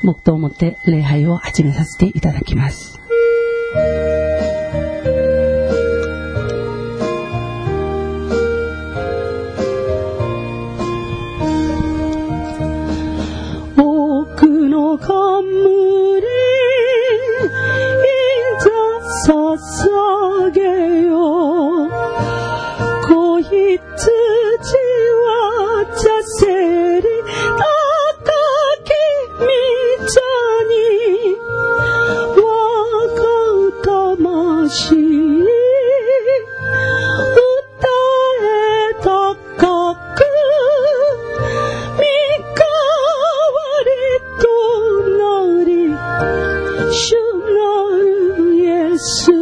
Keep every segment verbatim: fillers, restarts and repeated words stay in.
黙祷をもって礼拝を始めさせていただきます。奥の冠捧げよう、子羊は茶せり高き御座に我が魂歌え高く身代わりとなり、主なるイエス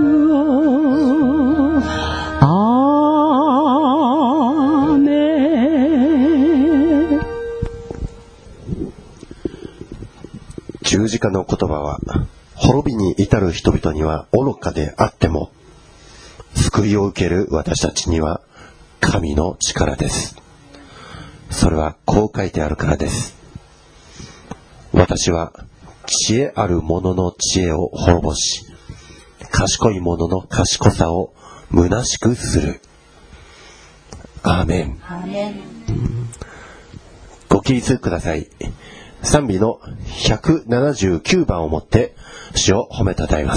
十字架の言葉は、滅びに至る人々には愚かであっても、救いを受ける私たちには神の力です。それはこう書いてあるからです。私は知恵ある者の知恵を滅ぼし、賢い者の賢さを虚しくする。アーメン。 アーメン。 ご起立ください。賛美のひゃくななじゅうきゅうばんをもって主を褒めたたえます。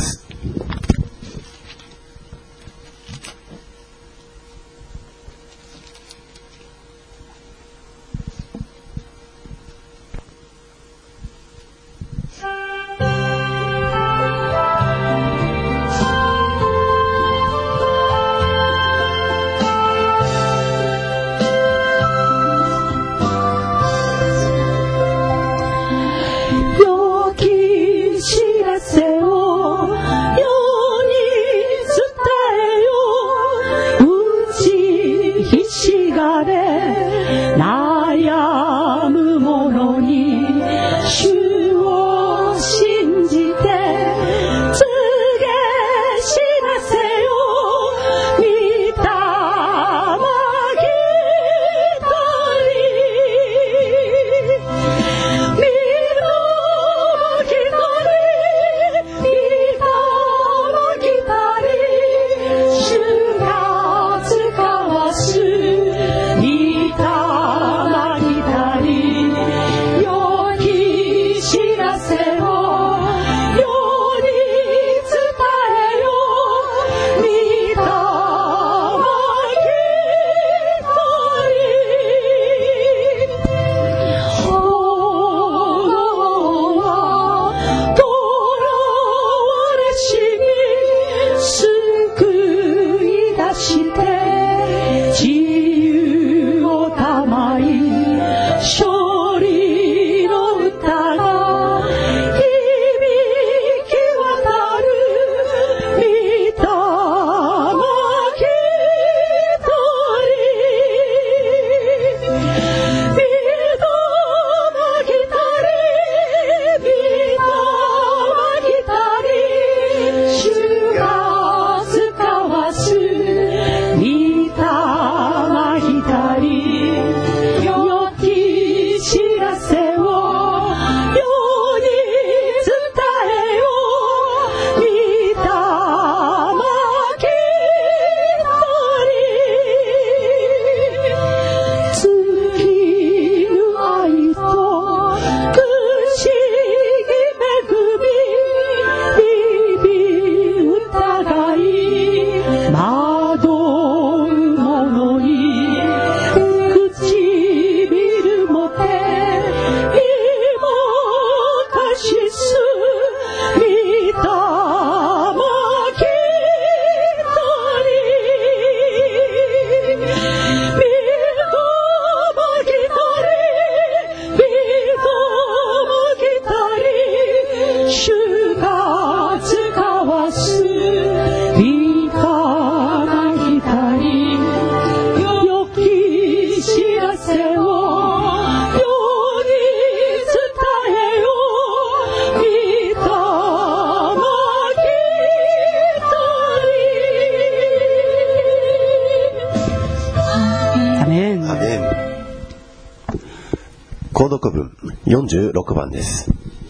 コード区分よんじゅうろくばんです。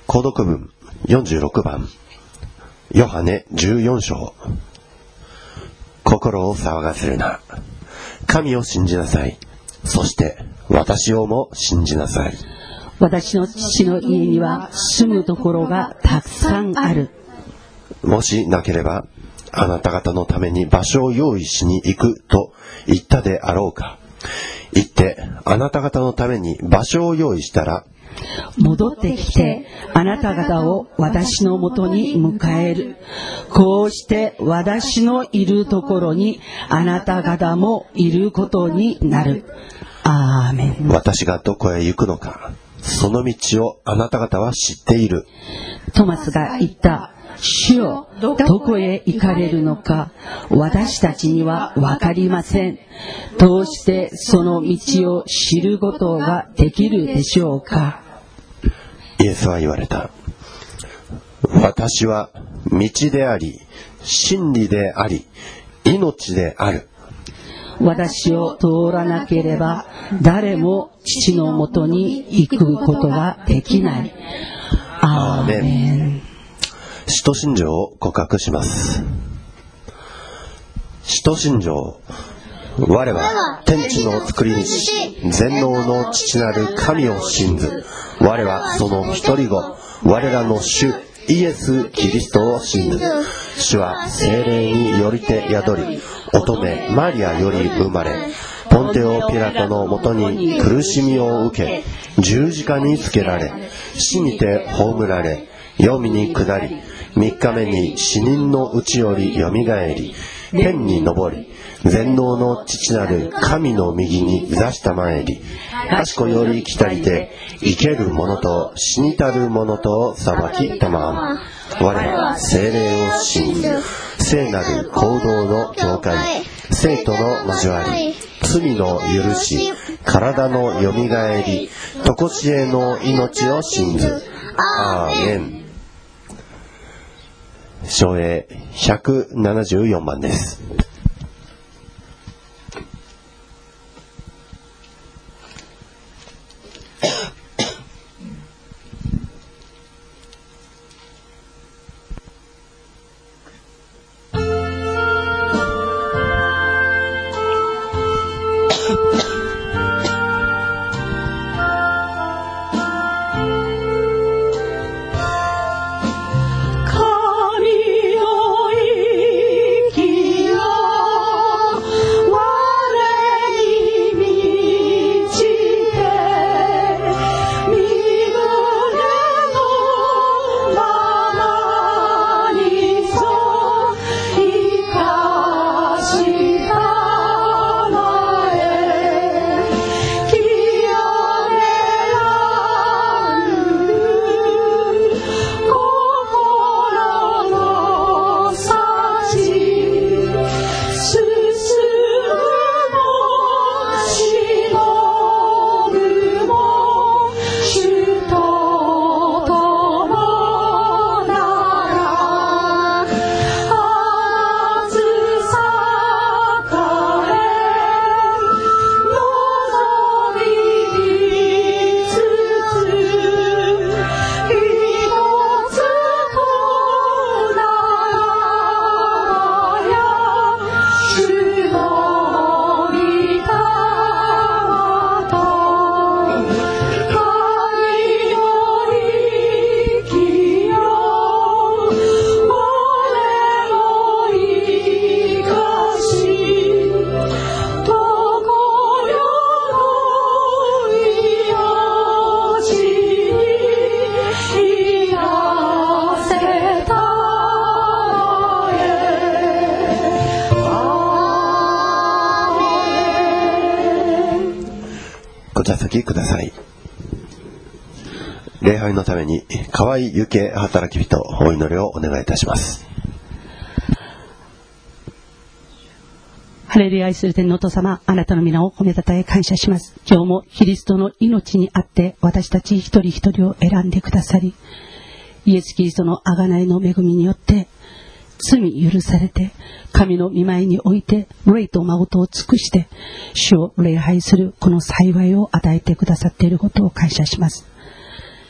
購読文よんじゅうろくばん、ヨハネじゅうよん章。心を騒がせるな。神を信じなさい。そして私をも信じなさい。 私の父の家には住むところがたくさんある。 もしなければ、あなた方のために場所を用意しに行くと言ったであろうか。行ってあなた方のために場所を用意したら、 戻ってきてあなた方を私のもとに迎える。こうして私のいるところにあなた方もいることになる。アーメン。 私がどこへ行くのか、その道をあなた方は知っている。 トマスが言った。主よ、どこへ行かれるのか私たちには分かりません。どうしてその道を知ることができるでしょうか。 イエスは言われた。私は道であり、真理であり、命である。 私を通らなければ誰も父のもとに行くことができない。アーメン。 使徒信条を告白します。使徒信条。我は天地の作り主、全能の父なる神を信ず。我はその一人子、我らの主イエス・キリストを信ず。主は聖霊によりて宿り、乙女マリアより生まれ、ポンテオ・ピラトのもとに苦しみを受け、十字架につけられ、死にて葬られ、黄泉に下り、三日目に死人のうちよりよみがえり、天に昇り、全能の父なる神の右に座したまえり、賢より来たりて、生ける者と死にたる者と裁きたまわん。我は聖霊を信ず。聖なる行動の教会、生徒の交わり、罪の許し、体のよみがえり、とこしえの命を信ず。アーメン。唱詠ひゃくななじゅうよんばんです。ご着席ください。礼拝のために河合ゆけ働き人お祈りをお願いいたします。 ハレルヤ、愛する天のお父様、あなたの皆を褒めたたえ感謝します。今日もキリストの命にあって私たち一人一人を選んでくださり、イエス・キリストの贖いの恵みによって罪許されて、神の御前において霊と誠を尽くして主を礼拝するこの幸いを与えてくださっていることを感謝します。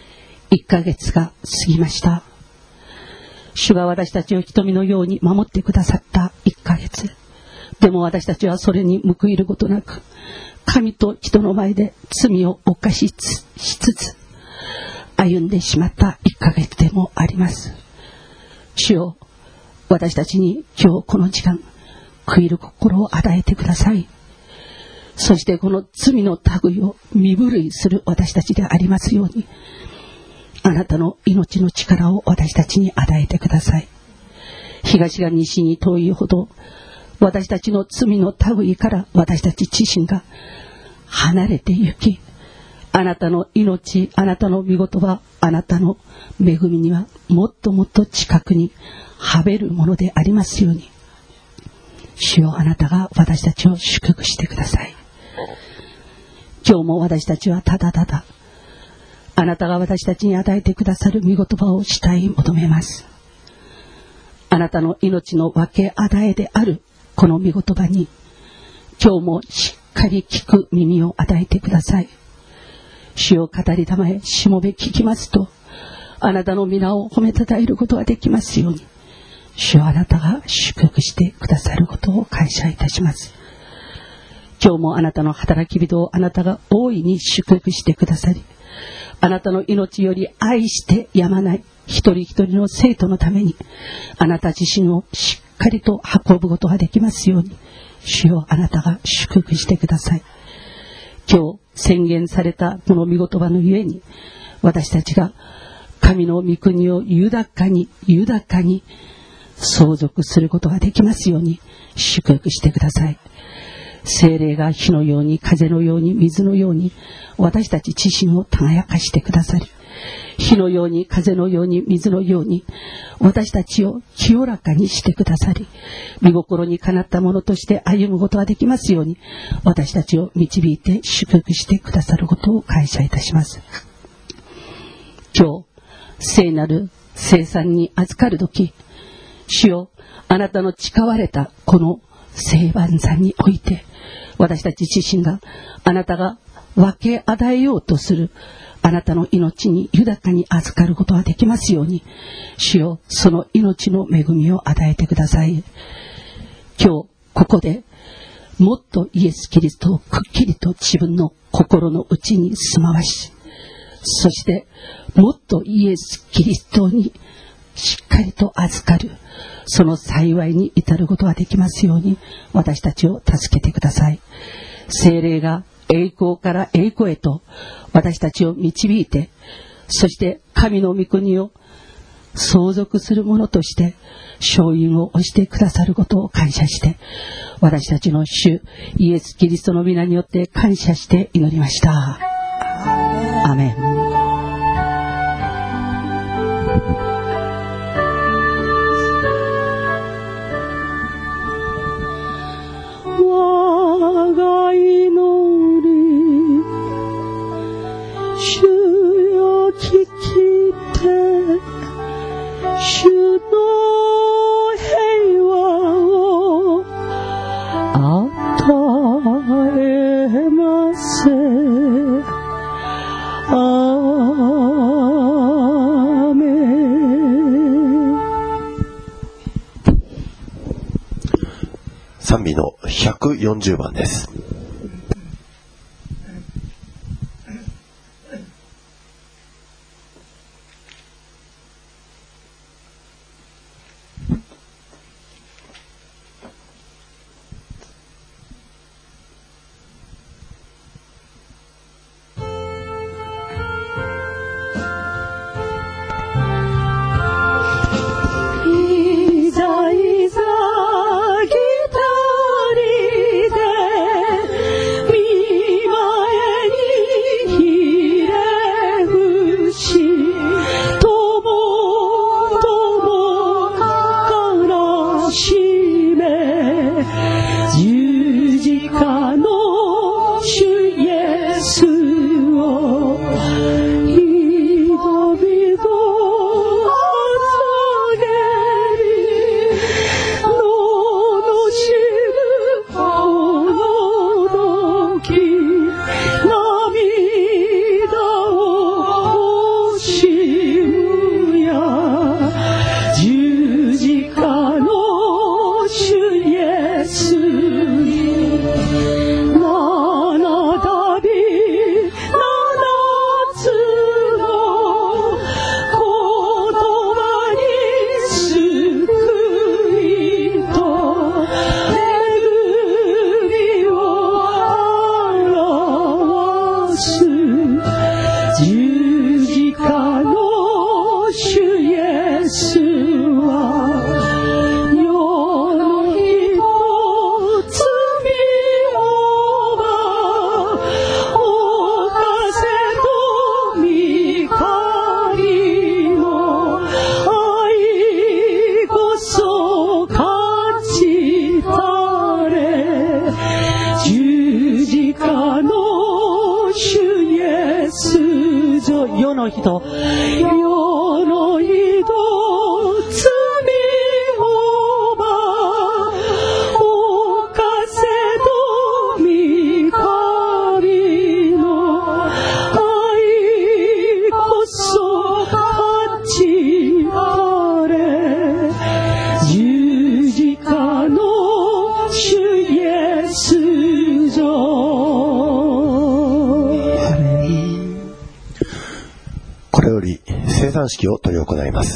いっかげつが過ぎました。主が私たちを瞳のように守ってくださったいっかげつ。でも私たちはそれに報いることなく、神と人の前で罪を犯しつつ歩んでしまったいっかげつでもあります。主よ、私たちに今日この時間、悔いる心を与えてください。そしてこの罪の類を身震いする私たちでありますように、あなたの命の力を私たちに与えてください。東が西に遠いほど、私たちの罪の類から私たち自身が離れて行き、あなたの命、あなたの御言葉、あなたの恵みにはもっともっと近くにはべるものでありますように、主よ、あなたが私たちを祝福してください。今日も私たちはただただあなたが私たちに与えてくださる御言葉をしたい求めます。あなたの命の分け与えであるこの御言葉に今日もしっかり聞く耳を与えてください。主を語りたまえしもべ聞きますと、あなたの皆を褒めたたえることができますように、主よ、あなたが祝福してくださることを感謝いたします。今日もあなたの働き人をあなたが大いに祝福してくださり、あなたの命より愛してやまない一人一人の生徒のために、あなた自身をしっかりと運ぶことができますように、主よ、あなたが祝福してください。今日宣言されたこの御言葉のゆえに、私たちが神の御国を豊かに豊かに相続することができますように祝福してください。聖霊が火のように風のように水のように私たち自身を輝かしてくださり、火のように風のように水のように私たちを清らかにしてくださり、御心にかなったものとして歩むことができますように、私たちを導いて祝福してくださることを感謝いたします。今日聖なる聖餐に預かるとき、主よ、あなたの誓われたこの聖晩餐において、私たち自身があなたが分け与えようとするあなたの命に豊かに預かることができますように、主よ、その命の恵みを与えてください。今日ここでもっとイエス・キリストをくっきりと自分の心の内に住まわし、そしてもっとイエス・キリストにしっかりと預かる、その幸いに至ることができますように、私たちを助けてください。聖霊が栄光から栄光へと私たちを導いて、そして神の御国を相続するものとして勝因を押してくださることを感謝して、私たちの主イエス・キリストの皆によって感謝して祈りました。アメン。我が祈り、主よ聞きて、主の平和を与えませ。アーメン。 賛美のひゃくよんじゅうばんです。 いざいざ一人で世の人、世の人、罪をば犯せと御神の愛こそ勝ちあれ、十字架の主イエス上。 これより生産式を執り行います。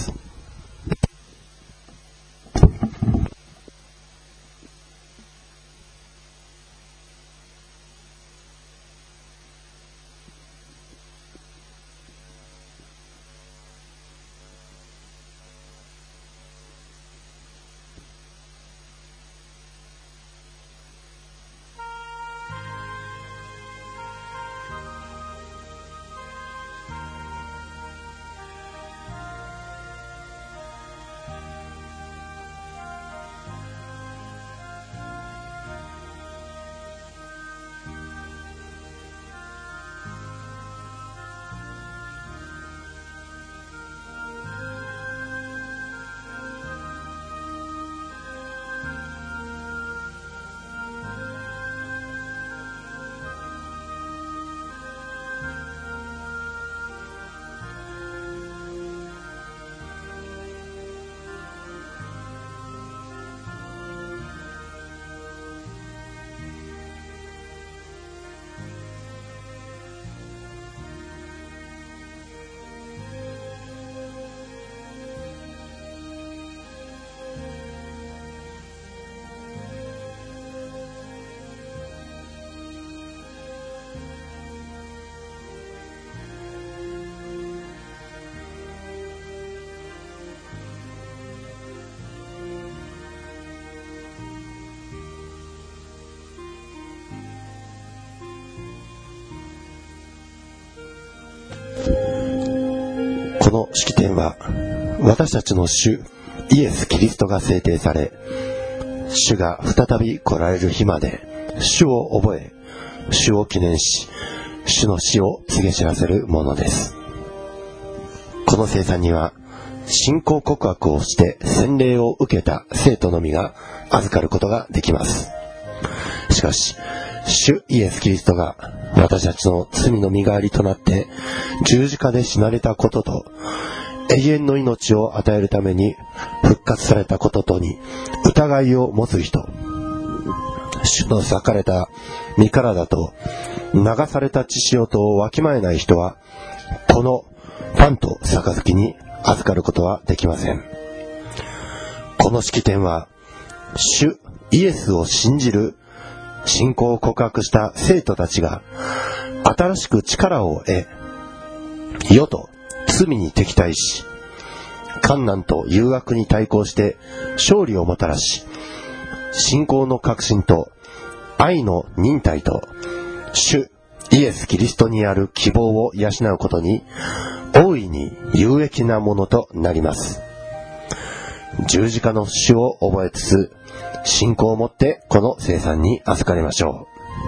この式典は私たちの主イエス・キリストが制定され、主が再び来られる日まで主を覚え、主を記念し、主の死を告げ知らせるものです。この聖餐には信仰告白をして洗礼を受けた生徒のみが預かることができます。しかし主イエス・キリストが私たちの罪の身代わりとなって十字架で死なれたことと、永遠の命を与えるために復活されたこととに疑いを持つ人、主の裂かれた身体と流された血潮とをわきまえない人は、このパンと杯に預かることはできません。この式典は主イエスを信じる信仰を告白した生徒たちが新しく力を得、世と罪に敵対し、患難と誘惑に対抗して勝利をもたらし、信仰の確信と愛の忍耐と主イエス・キリストにある希望を養うことに大いに有益なものとなります。十字架の主を覚えつつ、信仰を持ってこの聖餐に預かりましょ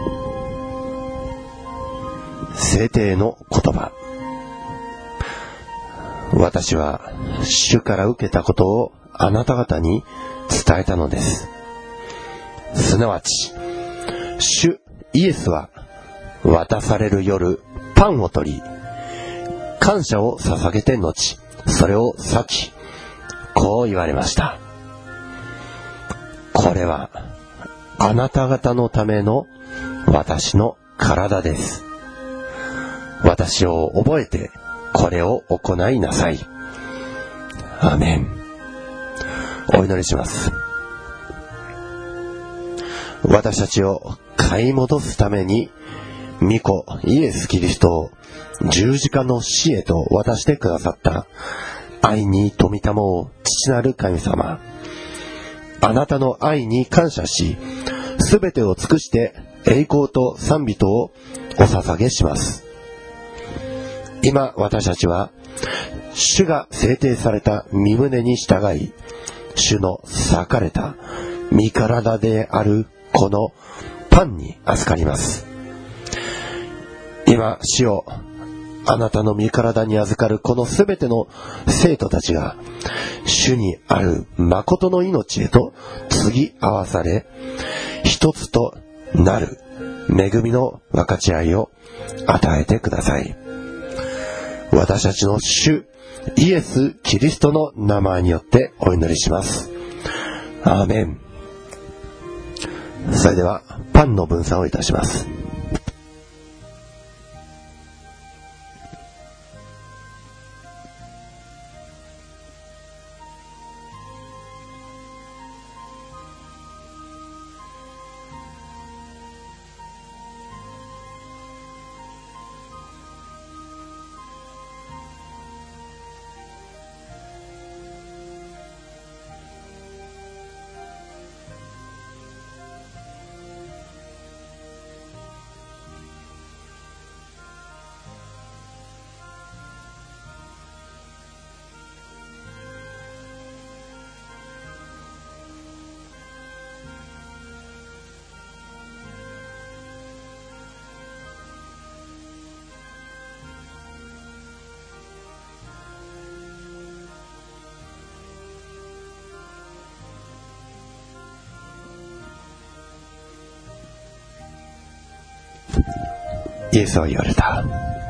う。聖帝の言葉。私は主から受けたことをあなた方に伝えたのです。すなわち主イエスは渡される夜パンを取り、感謝を捧げて後それを裂き、こう言われました。これはあなた方のための私の体です。私を覚えてこれを行いなさい。アーメン。お祈りします。私たちを買い戻すために御子イエス・キリストを十字架の死へと渡してくださった愛に富みたもう父なる神様、あなたの愛に感謝し、すべてを尽くして栄光と賛美とをお捧げします。今私たちは主が制定された御胸に従い、主の裂かれた身体であるこのパンに預かります。今主をあなたの御体に預かるこのすべての生徒たちが、主にある誠の命へと継ぎ合わされ、一つとなる恵みの分かち合いを与えてください。私たちの主イエス・キリストの名前によってお祈りします。アーメン。それではパンの分散をいたします。イエスは言われた。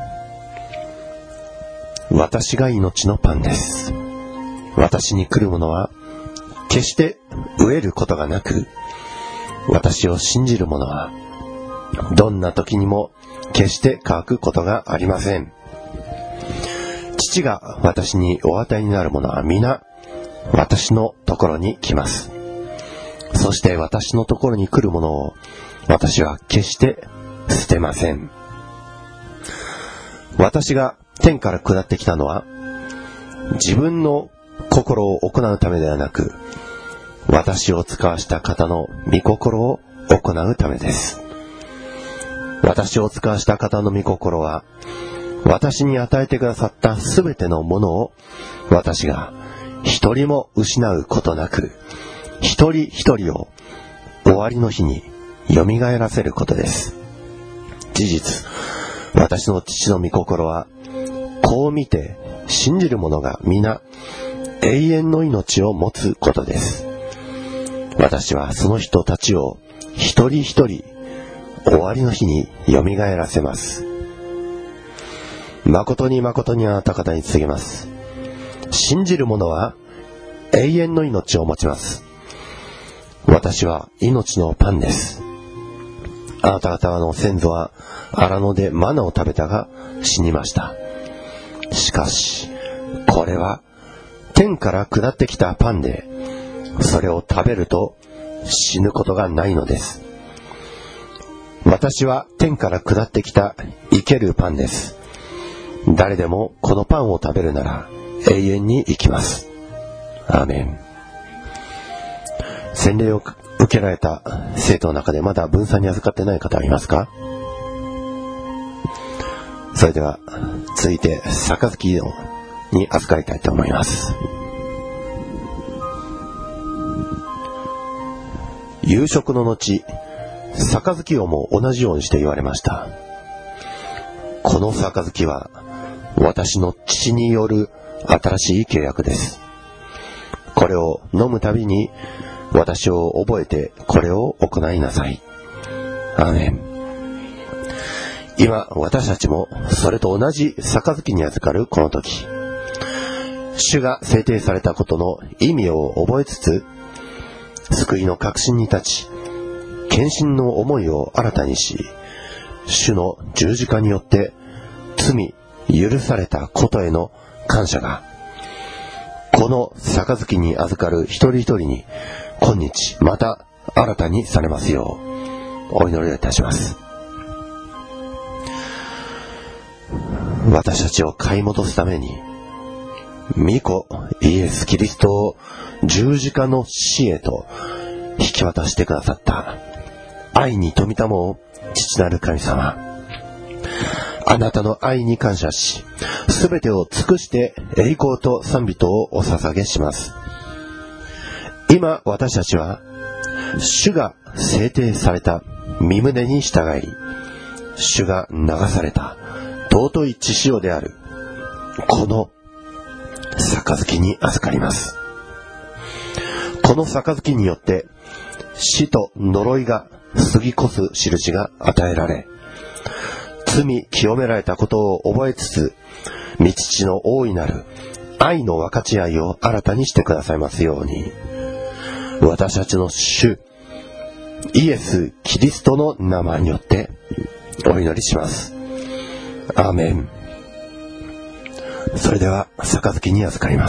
私が命のパンです。私に来る者は決して飢えることがなく、私を信じる者はどんな時にも決して乾くことがありません。父が私にお与えになる者は皆私のところに来ます。そして私のところに来る者を私は決して捨てません。私が天から下ってきたのは自分の心を行うためではなく、私を使わした方の御心を行うためです。私を使わした方の御心は、私に与えてくださったすべてのものを私が一人も失うことなく、一人一人を終わりの日によみがえらせることです。事実、私の父の御心は、こう見て信じる者が皆永遠の命を持つことです。私はその人たちを一人一人終わりの日によみがえらせます。誠に誠にあなた方に告げます。信じる者は永遠の命を持ちます。私は命のパンです。あなた方の先祖は荒野でマナを食べたが死にました。しかしこれは天から下ってきたパンで、それを食べると死ぬことがないのです。私は天から下ってきた生けるパンです。誰でもこのパンを食べるなら永遠に生きます。アーメン。洗礼を受けられた生徒の中でまだ分散に預かってない方はいますか？それでは続いて杯に預かりたいと思います。夕食の後、杯をも同じようにして言われました。この杯は私の父による新しい契約です。これを飲むたびに私を覚えてこれを行いなさい。アーメン。今私たちもそれと同じ杯に預かるこの時、主が制定されたことの意味を覚えつつ、救いの確信に立ち、献身の思いを新たにし、主の十字架によって罪許されたことへの感謝が、この杯に預かる一人一人に今日また新たにされますようお祈りいたします。私たちを買い戻すために御子イエス・キリストを十字架の死へと引き渡してくださった愛に富たも父なる神様、あなたの愛に感謝し、すべてを尽くして栄光と賛美とをお捧げします。今私たちは主が制定された御胸に従い、主が流された尊い血潮であるこの杯に預かります。この杯によって死と呪いが過ぎ越す印が与えられ、罪清められたことを覚えつつ、御父の大いなる愛の分かち合いを新たにしてくださいますように、私たちの主イエス・キリストの名前によってお祈りします。アーメン。それでは杯に預かります。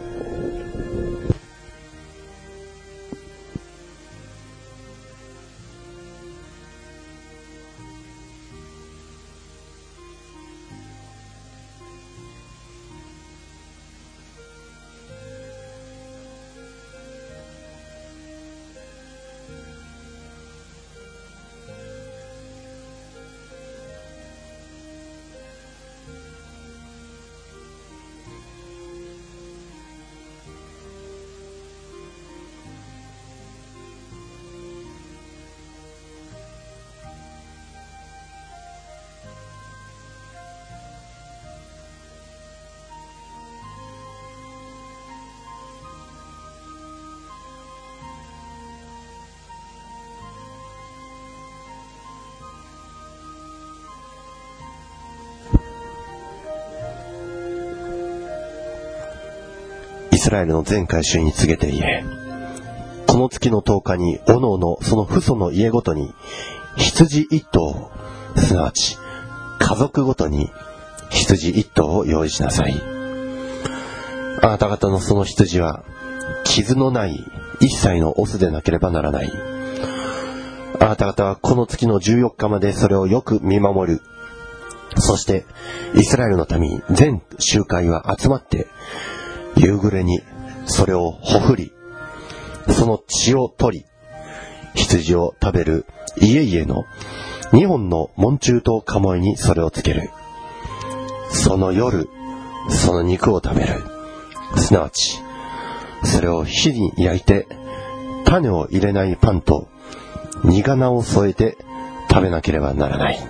イスラエルの全会衆に告げて言え、この月のとおかにおのおのその父祖の家ごとに羊一頭、すなわち家族ごとに羊一頭を用意しなさい。あなた方のその羊は傷のない一切のオスでなければならない。あなた方はこの月のじゅうよっかまでそれをよく見守る。そしてイスラエルの民全集会は集まって夕暮れにそれをほふり、その血を取り、羊を食べる家々の二本の門柱と鴨居にそれをつける。その夜その肉を食べる。すなわちそれを火に焼いて種を入れないパンと煮仮を添えて食べなければならない。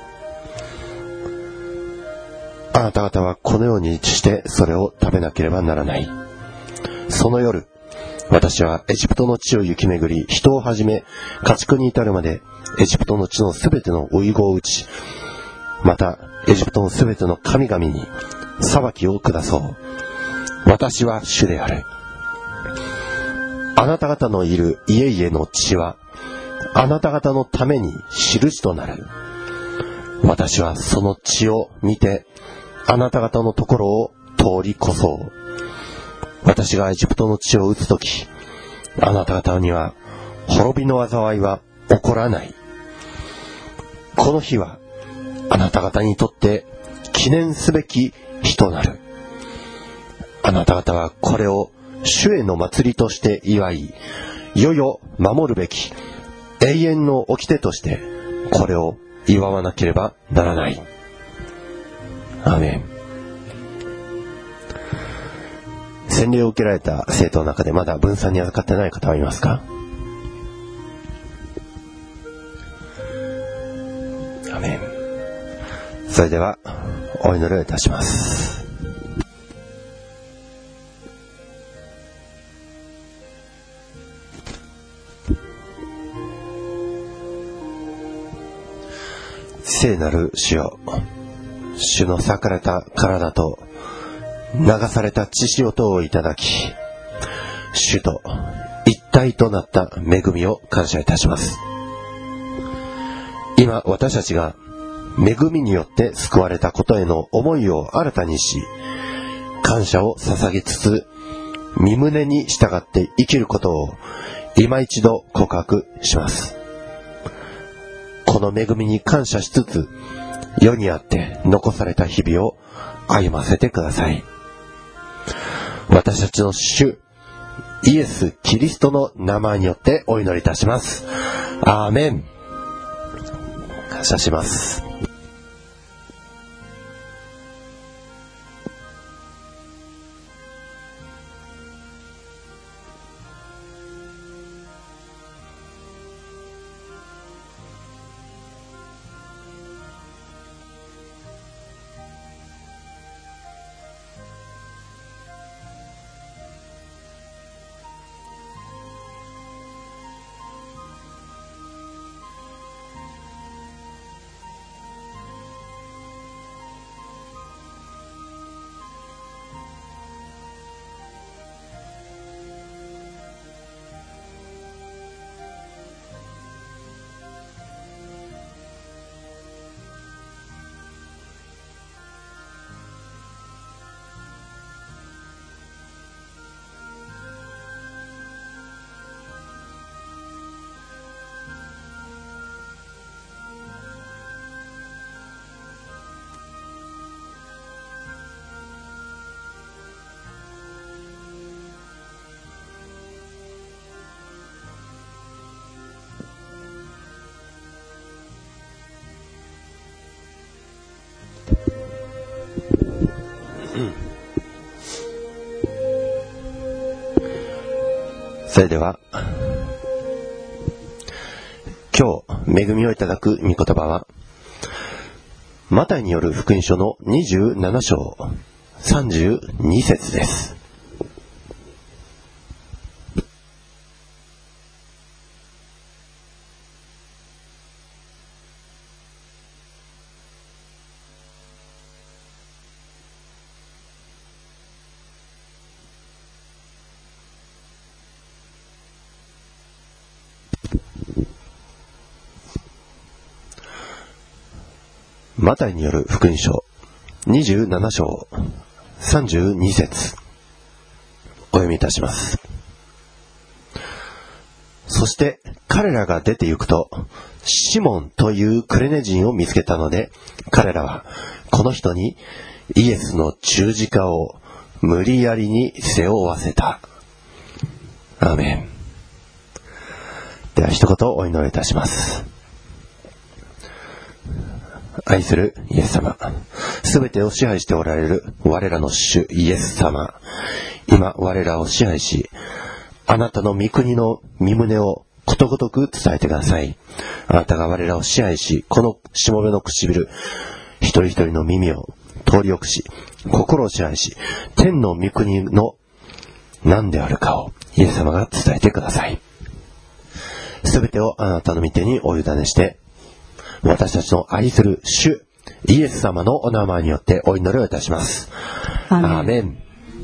あなた方はこのようにしてそれを食べなければならない。その夜、私はエジプトの地を行き巡り、人をはじめ家畜に至るまでエジプトの地のすべての遺語を打ち、またエジプトのすべての神々に裁きを下そう。私は主である。あなた方のいる家々の血はあなた方のために印となる。私はその血を見てあなた方のところを通り越そう。私がエジプトの地を打つとき、あなた方には滅びの災いは起こらない。この日はあなた方にとって記念すべき日となる。あなた方はこれを主への祭りとして祝い、世々守るべき永遠の掟としてこれを祝わなければならない。アーメン。洗礼を受けられた生徒の中でまだ分散に預かってない方はいますか？アーメン。それではお祈りをいたします。聖なる主よ、主の裂かれた体と流された血潮等をいただき、主と一体となった恵みを感謝いたします。今私たちが恵みによって救われたことへの思いを新たにし、感謝を捧げつつ身旨に従って生きることを今一度告白します。この恵みに感謝しつつ、世にあって残された日々を歩ませてください。私たちの主イエス・キリストの名前によってお祈りいたします。アーメン。感謝します。 それでは今日恵みをいただく御言葉はマタイによる福音書のにじゅうなな章さんじゅうに節です。マタイによる福音書にじゅうなな章さんじゅうに節お読みいたします。そして彼らが出て行くとシモンというクレネ人を見つけたので、彼らはこの人にイエスの十字架を無理やりに背負わせた。アーメン。では一言お祈りいたします。愛するイエス様、すべてを支配しておられる我らの主イエス様、今我らを支配し、あなたの御国の御胸をことごとく伝えてください。あなたが我らを支配し、このしもべの唇一人一人の耳を通りよくし、心を支配し、天の御国の何であるかをイエス様が伝えてください。すべてをあなたの御手にお委ねして、私たちの愛する主イエス様のお名前によってお祈りをいたします。アーメン。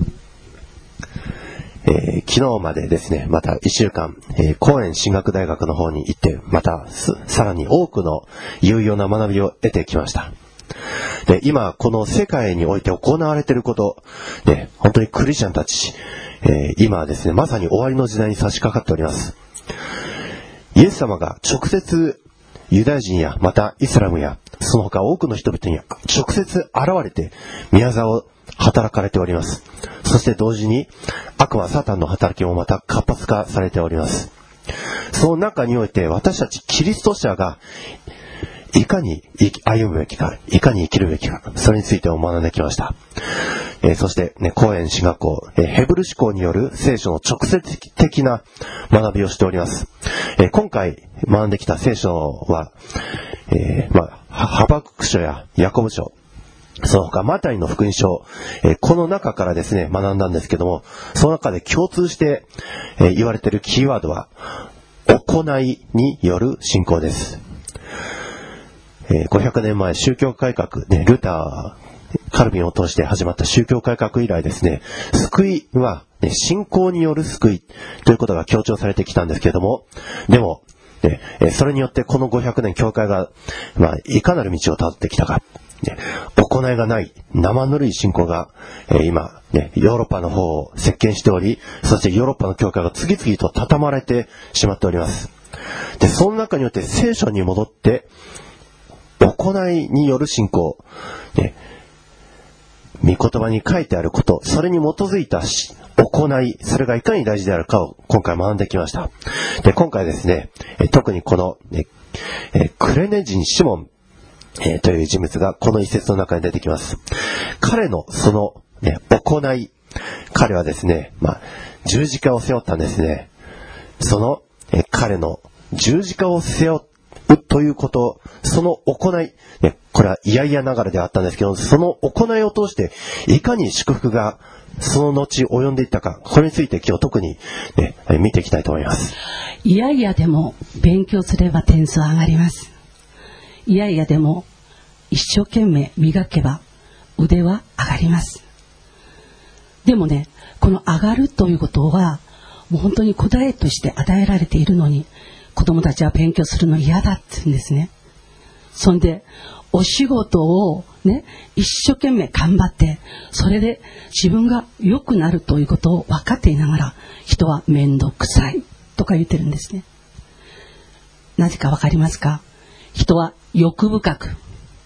えー、昨日までですね、またいっしゅうかん、えー、高円神学大学の方に行って、またさらに多くの有用な学びを得てきました。で、今この世界において行われていること、で、本当にクリスチャンたち、えー、今はですね、まさに終わりの時代に差し掛かっております。イエス様が直接ユダヤ人やまたイスラムやその他多くの人々に直接現れて宮沢を働かれております。そして同時に悪魔サタンの働きもまた活発化されております。その中において私たちキリスト者がいかに歩むべきか、いかに生きるべきか、それについてを学んできました。えー、そして、ね、高円神学校、えー、ヘブル思考による聖書の直接的な学びをしております。えー、今回学んできた聖書は、えー、まあ、ハバクク書やヤコブ書、その他マタイの福音書、えー、この中からですね、学んだんですけども、その中で共通して、えー、言われているキーワードは、行いによる信仰です。ごひゃくねんまえ宗教改革、ね、ルター、カルビンを通して始まった宗教改革以来ですね、救いは、ね、信仰による救いということが強調されてきたんですけれども、でも、ね、それによってこのごひゃくねん教会が、まあ、いかなる道をたどってきたか、ね、行いがない生ぬるい信仰が、えー、今、ね、ヨーロッパの方を席巻しており、そしてヨーロッパの教会が次々と畳まれてしまっております。で、その中によって聖書に戻って行いによる信仰、ね、御言葉に書いてあること、それに基づいた行い、それがいかに大事であるかを今回学んできました。で、今回ですね、特にこの、ね、クレネ人シモン、えー、という人物がこの一節の中に出てきます。彼のその、ね、行い、彼はですね、まあ、十字架を背負ったんですね。その、え彼の十字架を背負うということ、その行い、ね、これは嫌々ながらであったんですけど、その行いを通していかに祝福がその後及んでいったか、これについて今日特に、ね、見ていきたいと思います。 いやいやでも勉強すれば点数上がります。いやいやでも一生懸命磨けば腕は上がります。でもね、この上がるということはもう本当に答えとして与えられているのに、子供たちは勉強するの嫌だって言うんですね。そんでお仕事をね、一生懸命頑張って、それで自分が良くなるということを分かっていながら、人は面倒くさいとか言ってるんですね。なぜか分かりますか？人は欲深く、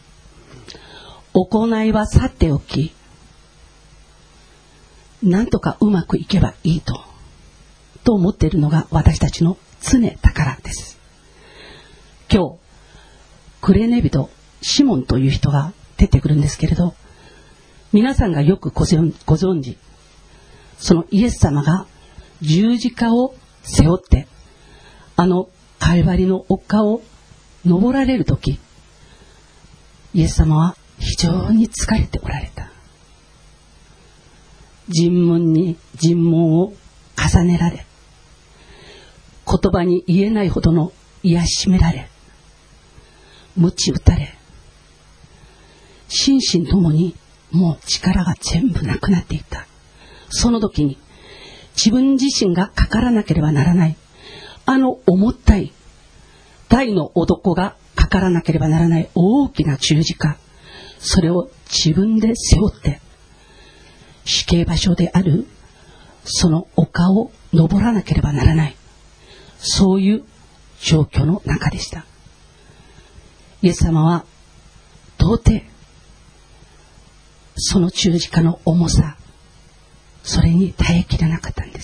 行いはさておき、なんとかうまくいけばいいとと思っているのが私たちの常宝です。今日クレネ人シモンという人が出てくるんですけれど、 皆さんがよくご存ご存知、そのイエス様が十字架を背負ってあのカルバリの丘を登られるとき、イエス様は非常に疲れておられた。尋問に尋問を重ねられ、言葉に言えないほどの癒しめられ、鞭打たれ、心身ともにもう力が全部なくなっていた。その時に自分自身がかからなければならないあの重たい大の男がかからなければならない大きな十字架、それを自分で背負って死刑場所であるその丘を登らなければならない、そういう状況の中でした。イエス様は到底その十字架の重さ、それに耐えきれなかったんです。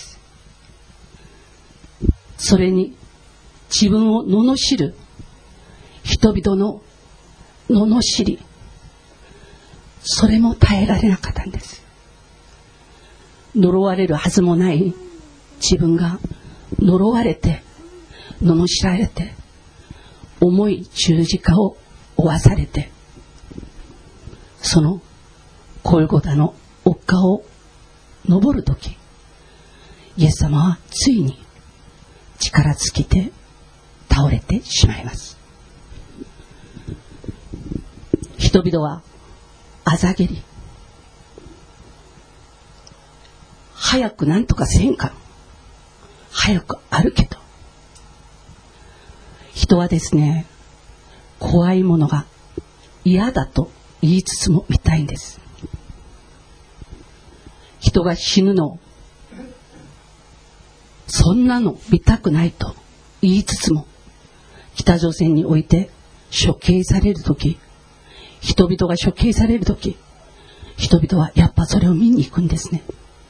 それに自分を罵る人々の罵り、それも耐えられなかったんです。呪われるはずもない自分が呪われて罵られて重い十字架を負わされて、そのゴルゴタの丘を登るとき、イエス様はついに力尽きて倒れてしまいます。人々はあざげり、早くなんとかせんか、早く歩けと。人はですね、怖いものが嫌だと言いつつも見たいんです。人が死ぬのをそんなの見たくないと言いつつも、北朝鮮において処刑されるとき、人々が処刑されるとき、人々はやっぱそれを見に行くんですね。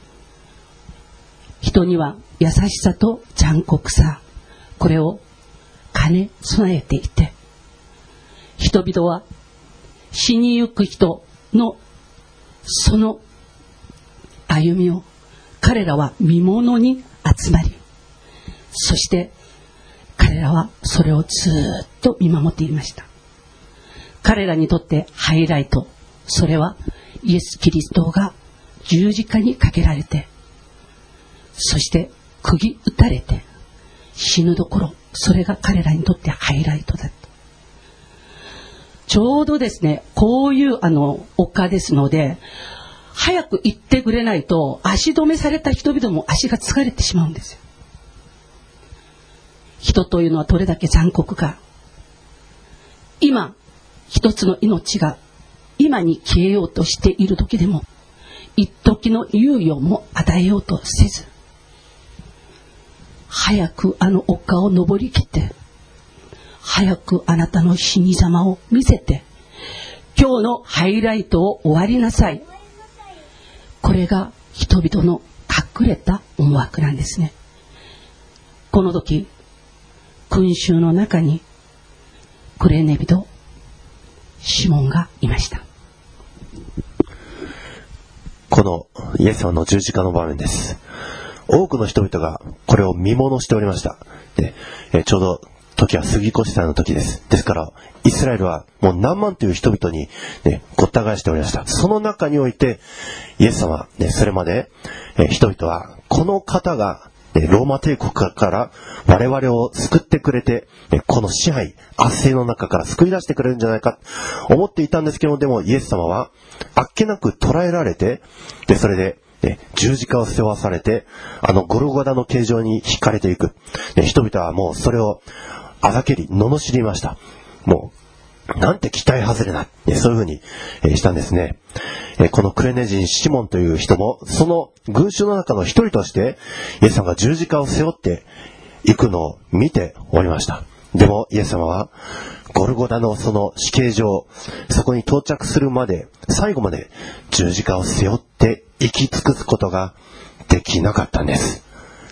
人には優しさと残酷さ、これを兼ね備えていて、人々は死にゆく人のその歩みを彼らは見物に集まり、そして彼らはそれをずっと見守っていました。彼らにとってハイライト、それはイエス・キリストが十字架にかけられて、そして釘打たれて死ぬどころ、それが彼らにとってハイライトだった。ちょうどですね、こういうあの丘ですので、早く行ってくれないと足止めされた人々も足が疲れてしまうんですよ。人というのはどれだけ残酷か。今一つの命が今に消えようとしている時でも、一時の猶予も与えようとせず、早くあの丘を登りきって、早くあなたの死に様を見せて、今日のハイライトを終わりなさい。これが人々の隠れた思惑なんですね。この時、群衆の中にクレネビとシモンがいました。 このイエス様の十字架の場面です。多くの人々がこれを見物しておりました。で、えちょうど時は杉越祭の時です。ですからイスラエルはもう何万という人々に、ね、ごった返しておりました。その中においてイエス様、ね、それまで、え人々はこの方が、ね、ローマ帝国から我々を救ってくれて、ね、この支配圧政の中から救い出してくれるんじゃないかと思っていたんですけど、でもイエス様はあっけなく捕らえられて、でそれでね、十字架を背負わされて、あのゴルゴダの形状に引かれていく、ね、人々はもうそれをあざけり罵りました。もうなんて期待外れな、ね、そういうふうに、えー、したんですね。えー、このクレネ人シモンという人もその群衆の中の一人としてイエス様が十字架を背負っていくのを見ておりました。でもイエス様はゴルゴダのその死刑場、そこに到着するまで最後まで十字架を背負って生き尽くすことができなかったんです。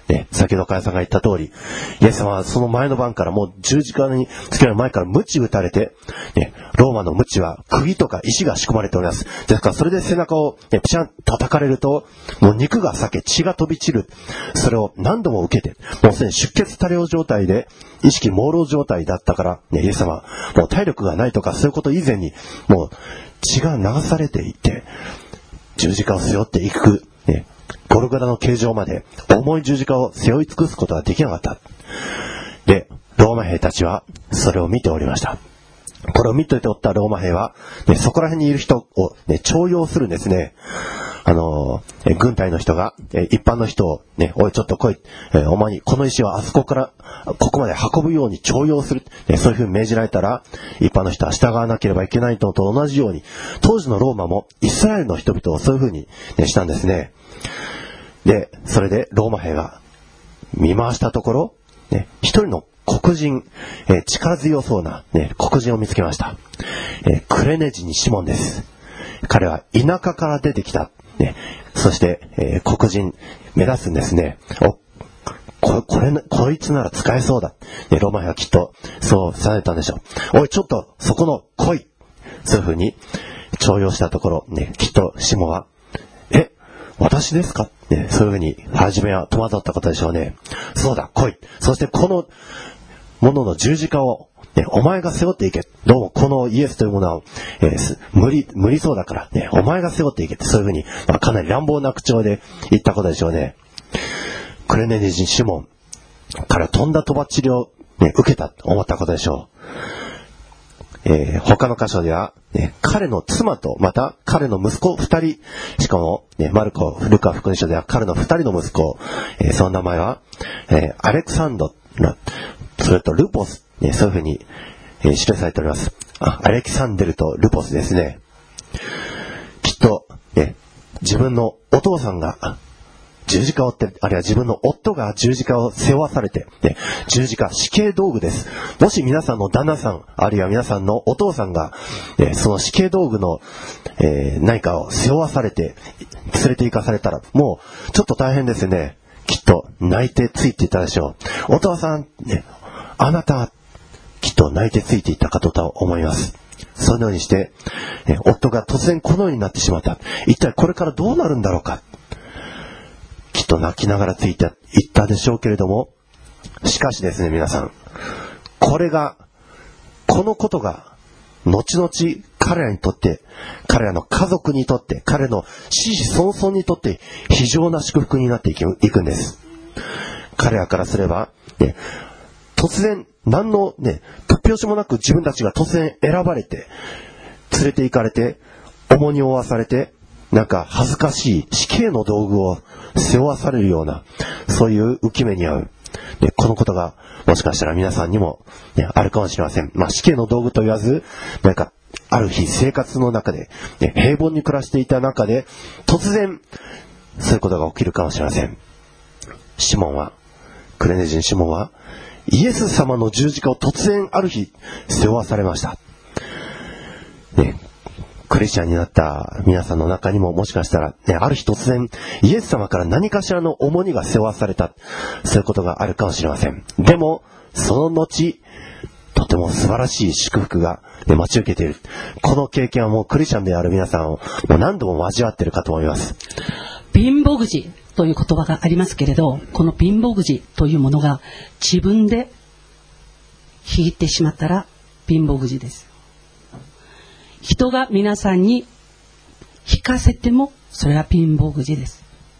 ね、先ほど加谷さんが言った通り、イエス様はその前の晩からもう十字架につけられる前から鞭打たれて、ね、ローマの鞭は釘とか石が仕込まれております。ですからそれで背中を、ね、ピシャン叩かれると、もう肉が裂け血が飛び散る。それを何度も受けて、もうすでに出血多量状態で意識朦朧状態だったから、ね、イエス様もう体力がないとかそういうこと以前にもう血が流されていて、十字架を背負っていく、ね、ゴルゴダの形状まで重い十字架を背負い尽くすことができなかった。で、ローマ兵たちはそれを見ておりました。これを見ておったローマ兵は、ね、そこら辺にいる人を、ね、徴用するんですね。あのー、え軍隊の人が、え一般の人を、ね、おいちょっと来い、えお前にこの石をあそこからここまで運ぶように徴用する、ね、そういうふうに命じられたら、一般の人は従わなければいけないのと同じように、当時のローマもイスラエルの人々をそういうふうに、ね、したんですね。で、それでローマ兵が見回したところ、ね、一人の黒人、えー、力強そうな、ね、黒人を見つけました。えー、クレネジニ・シモンです。彼は田舎から出てきた。ね、そして、えー、黒人目指すんですね。おここれこいつなら使えそうだ。ね、ローマ兵はきっとそうされたんでしょう。おいちょっとそこの来い。そういうふうに徴用したところ、ね、きっとシモンはえ私ですか、ね、そういうふうに初めは戸惑ったことでしょうね。そうだ来い。そしてこのものの十字架を、ね、お前が背負っていけ。どうもこのイエスというものは、えー、無理、無理そうだから、ね、お前が背負っていけって、そういうふうに、まあ、かなり乱暴な口調で言ったことでしょうね。クレネジン・シモン、彼はとんだとばっちりを、ね、受けたと思ったことでしょう。えー、他の箇所では、ね、彼の妻とまた彼の息子二人、しかも、ね、マルコ・ルカ福音書では彼の二人の息子、えー、その名前は、えー、アレクサンドラ、それとルポス、ね、そういうふうに、えー、記されております。あ、アレキサンデルとルポスですね。きっと、ね、自分のお父さんが十字架を追って、あるいは自分の夫が十字架を背負わされて、ね、十字架、死刑道具です。もし皆さんの旦那さん、あるいは皆さんのお父さんが、ね、その死刑道具の、えー、何かを背負わされて、連れて行かされたら、もう、ちょっと大変ですね。きっと、泣いてついていたでしょう。お父さん、ね、あなた、きっと泣いてついていたかと思います。そのようにして、ね、夫が突然このようになってしまった。一体これからどうなるんだろうか。きっと泣きながらついていったでしょうけれども、しかしですね、皆さん、これが、このことが、後々彼らにとって、彼らの家族にとって、彼の子々孫々にとって非常な祝福になっていくんです。彼らからすれば、ね、突然、何のね、突拍子もなく自分たちが突然選ばれて、連れて行かれて、重荷を負わされて、なんか恥ずかしい死刑の道具を背負わされるような、そういう浮き目に遭う。で、このことがもしかしたら皆さんにも、ね、あるかもしれません。まあ死刑の道具と言わず、なんかある日生活の中で、ね、平凡に暮らしていた中で突然そういうことが起きるかもしれません。シモンは、クレネジン・シモンはイエス様の十字架を突然ある日背負わされました。ね、クリスチャンになった皆さんの中にももしかしたら、ね、ある日突然イエス様から何かしらの重荷が背負わされた、そういうことがあるかもしれません。でもその後とても素晴らしい祝福が、ね、待ち受けている。この経験はもうクリスチャンである皆さんをもう何度も交わっているかと思います。 貧乏くじという言葉がありますけれど、この貧乏くじというものが自分で引いてしまったら貧乏くじです。人が皆さんに引かせてもそれは貧乏くじです。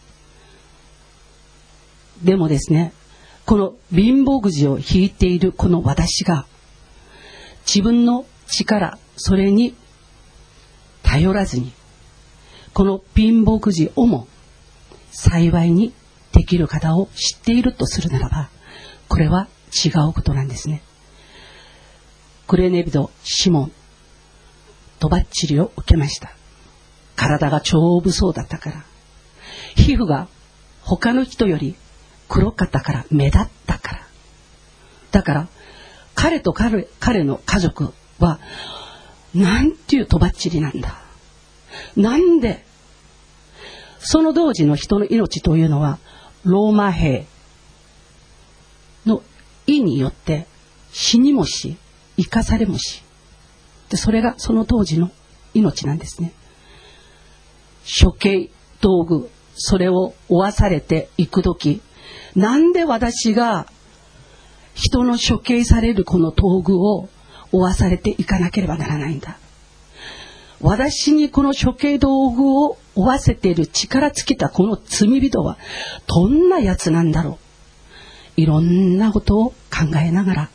でもですね、この貧乏くじを引いているこの私が自分の力、それに頼らずにこの貧乏くじをも幸いにできる方を知っているとするならば、これは違うことなんですね。クレネ人シモン、とばっちりを受けました。体が丈夫そうだったから、皮膚が他の人より黒かったから、目立ったから、だから彼と 彼, 彼の家族はなんていうとばっちりなんだ、なんで。その当時の人の命というのはローマ兵意によって死にもし生かされもし、でそれがその当時の命なんですね。処刑道具、それを負わされていくとき、なんで私が人の処刑されるこの道具を負わされていかなければならないんだ。私にこの処刑道具を負わせている力尽きたこの罪人はどんなやつなんだろう。いろんなことを考えながら、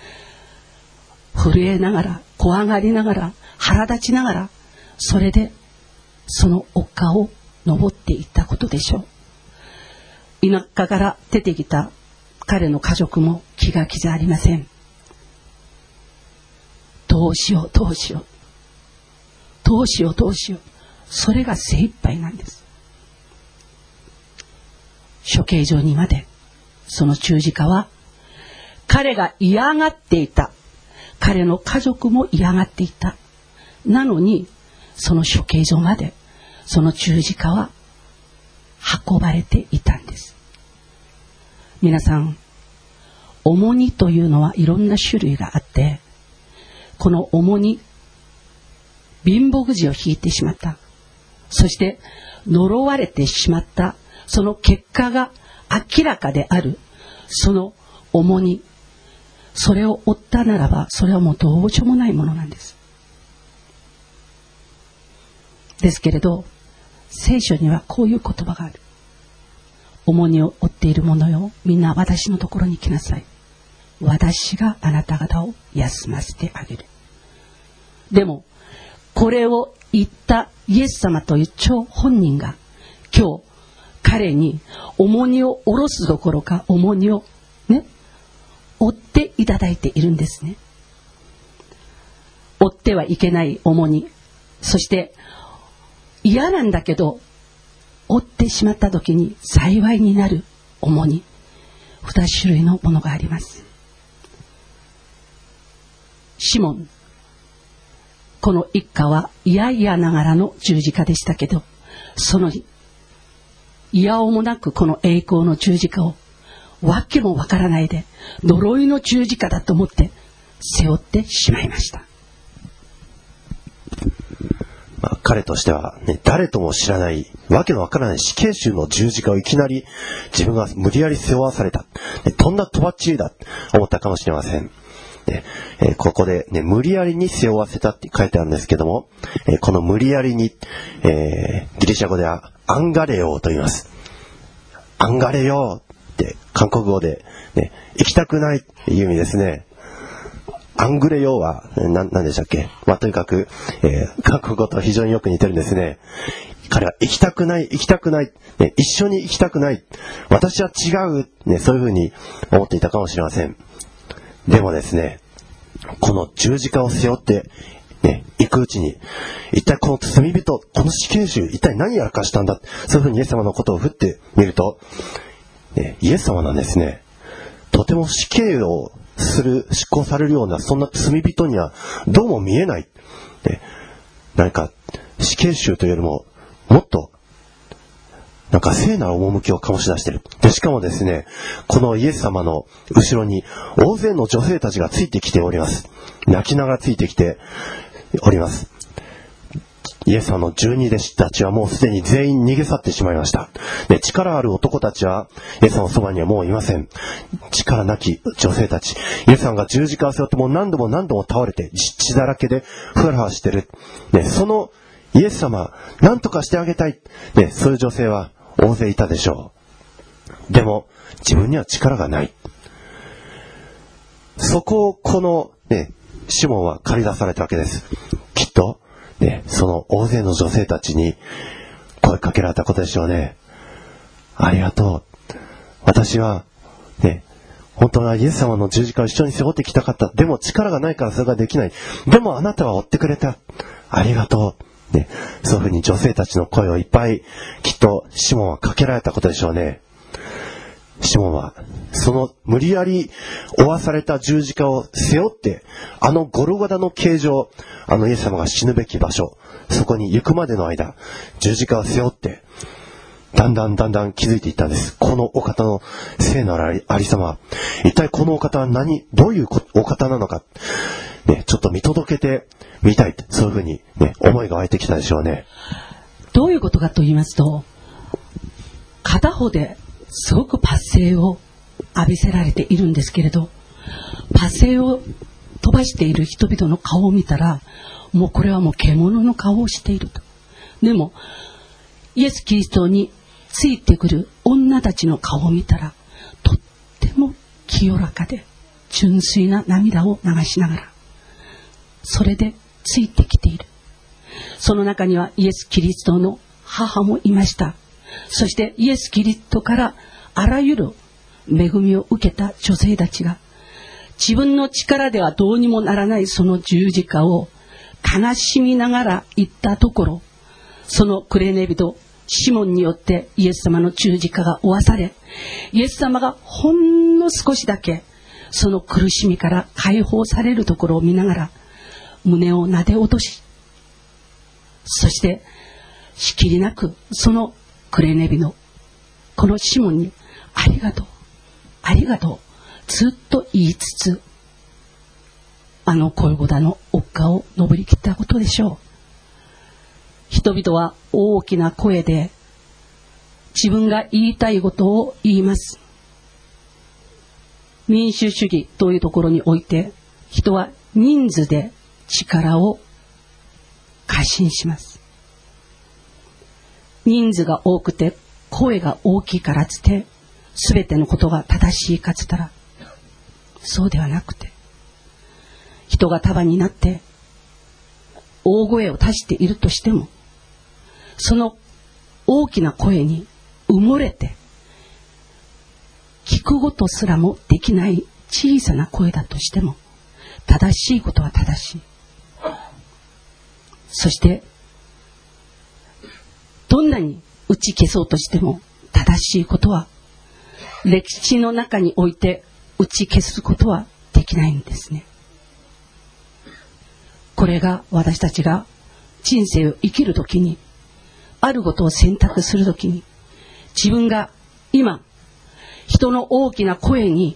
震えながら、怖がりながら、腹立ちながら、それでその丘を登っていったことでしょう。田舎から出てきた彼の家族も気が気じゃありません。どうしようどうしようどうしようどうしよう、それが精一杯なんです。処刑場にまでその十字架は彼が嫌がっていた、彼の家族も嫌がっていた。なのにその処刑場までその十字架は運ばれていたんです。皆さん、重荷というのはいろんな種類があって、この重荷、貧乏くじを引いてしまった、そして呪われてしまった、その結果が明らかであるその重荷、それを負ったならばそれはもうどうしようもないものなんです。ですけれど聖書にはこういう言葉がある。重荷を負っている者よ、みんな私のところに来なさい。私があなた方を休ませてあげる。でもこれを言ったイエス様という超本人が今日彼に重荷を下ろすどころか重荷をね負っていただいているんですね。負ってはいけない重荷、そして嫌なんだけど負ってしまった時に幸いになる重荷、二種類のものがあります。シモン、この一家は嫌々ながらの十字架でしたけど、そのいやおもなくこの栄光の十字架をわけもわからないで呪いの十字架だと思って背負ってしまいました。 まあ、彼としては、ね、誰とも知らないわけのわからない死刑囚の十字架をいきなり自分が無理やり背負わされた、ね、とんだとばっちりだと思ったかもしれません。ねえー、ここで、ね、無理やりに背負わせたって書いてあるんですけども、えー、この無理やりに、えー、ギリシャ語ではアンガレオと言います。アンガレオって韓国語で、ね、行きたくないっていう意味ですね。アングレヨーは何でしたっけ、まあ、とにかく、えー、韓国語と非常によく似てるんですね。彼は行きたくない行きたくない、ね、一緒に行きたくない、私は違う、ね、そういうふうに思っていたかもしれません。でもですね、この十字架を背負って、ね、行くうちに一体この罪人、この死刑囚一体何やらかしたんだ、そういうふうにイエス様のことを振ってみると、ね、イエス様なんですね。とても死刑をする執行されるようなそんな罪人にはどうも見えない、ね、何か死刑囚というよりももっとなんか聖なる趣を醸し出している。でしかもですね、このイエス様の後ろに大勢の女性たちがついてきております。泣きながらついてきております。イエス様の十二弟子たちはもうすでに全員逃げ去ってしまいました。で、力ある男たちはイエス様のそばにはもういません。力なき女性たち、イエス様が十字架を背負ってもう何度も何度も倒れて血だらけでふわふわしてる、ね、そのイエス様何とかしてあげたい、ね、そういう女性は大勢いたでしょう。でも自分には力がない。そこをこの、ね、シモンは駆り出されたわけです。きっとね、その大勢の女性たちに声かけられたことでしょうね。ありがとう。私はね、本当はイエス様の十字架を一緒に背負ってきたかった。でも力がないからそれができない。でもあなたは追ってくれた。ありがとう。ね、そういうふうに女性たちの声をいっぱいきっとシモンはかけられたことでしょうね。シモンはその無理やり負わされた十字架を背負ってあのゴルゴダの形状、あのイエス様が死ぬべき場所、そこに行くまでの間十字架を背負ってだんだんだんだん気づいていったんです。このお方の聖なるありさま、一体このお方は何、どういうお方なのか、ね、ちょっと見届けてみたい、そういうふうに、ね、思いが湧いてきたでしょうね。 どういうことかと言いますと、片方ですごくパッセーを浴びせられているんですけれど、パッセーを飛ばしている人々の顔を見たら、もうこれはもう獣の顔をしていると。でもイエス・キリストについてくる女たちの顔を見たら、とっても清らかで純粋な涙を流しながら、それでついてきている。その中にはイエス・キリストの母もいました。そしてイエス・キリストからあらゆる恵みを受けた女性たちが、自分の力ではどうにもならないその十字架を悲しみながら言ったところ、そのクレネ人シモンによってイエス様の十字架が負わされ、イエス様がほんの少しだけその苦しみから解放されるところを見ながら胸をなで落とし、そしてしきりなくそのクレネ人、このシモンにありがとうありがとうずっと言いつつ、あのゴルゴダの丘を登り切ったことでしょう。人々は大きな声で自分が言いたいことを言います。民主主義というところにおいて、人は人数で力を過信します。人数が多くて声が大きいからつって全てのことが正しいかつったら、そうではなくて、人が束になって大声を出しているとしても、その大きな声に埋もれて聞くことすらもできない小さな声だとしても、正しいことは正しい。そしてどんなに打ち消そうとしても正しいことは歴史の中において打ち消すことはできないんですね。これが私たちが人生を生きるときに、あることを選択するときに、自分が今人の大きな声に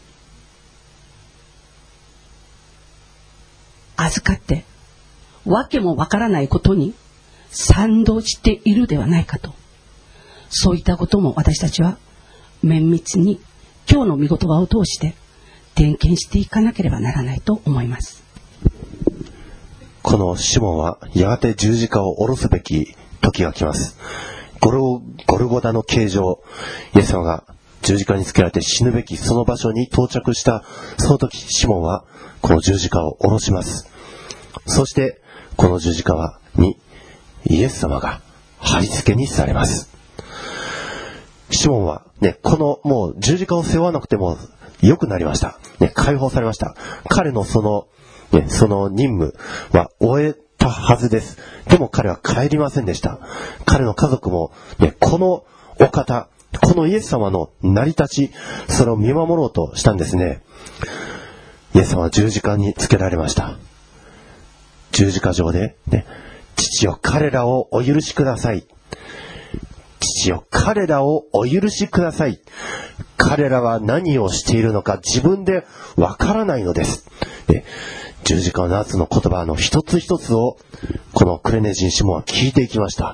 預かってわけもわからないことに賛同しているではないかと、そういったことも私たちは綿密に今日の御言葉を通して点検していかなければならないと思います。 このシモンはやがて十字架を下ろすべき時が来ます。ゴルゴルゴダの形状、イエス様が十字架につけられて死ぬべきその場所に到着したその時、シモンはこの十字架を下ろします。そしてこの十字架はにイエス様が貼り付けにされます。シモンはね、このもう十字架を背負わなくても良くなりました、ね、解放されました。彼のその、ね、その任務は終えたはずです。でも彼は帰りませんでした。彼の家族も、ね、このお方、このイエス様の成り立ち、それを見守ろうとしたんですね。イエス様は十字架につけられました。十字架上で、ね、父よ彼らをお許しください。父よ彼らをお許しください。彼らは何をしているのか自分でわからないのです。で、十字架の夏の言葉の一つ一つをこのクレネ人シモンは聞いていきました。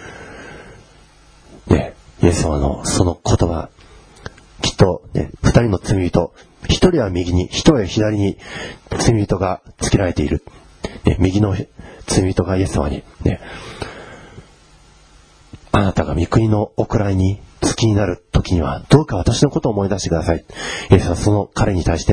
で、イエス様のその言葉、きっとね、二人の罪人、一人は右に、一人は左に罪人がつけられている。ね、右の罪人がイエス様に、ね、あなたが御国のお位に月になる時にはどうか私のことを思い出してください。イエスはその彼に対して、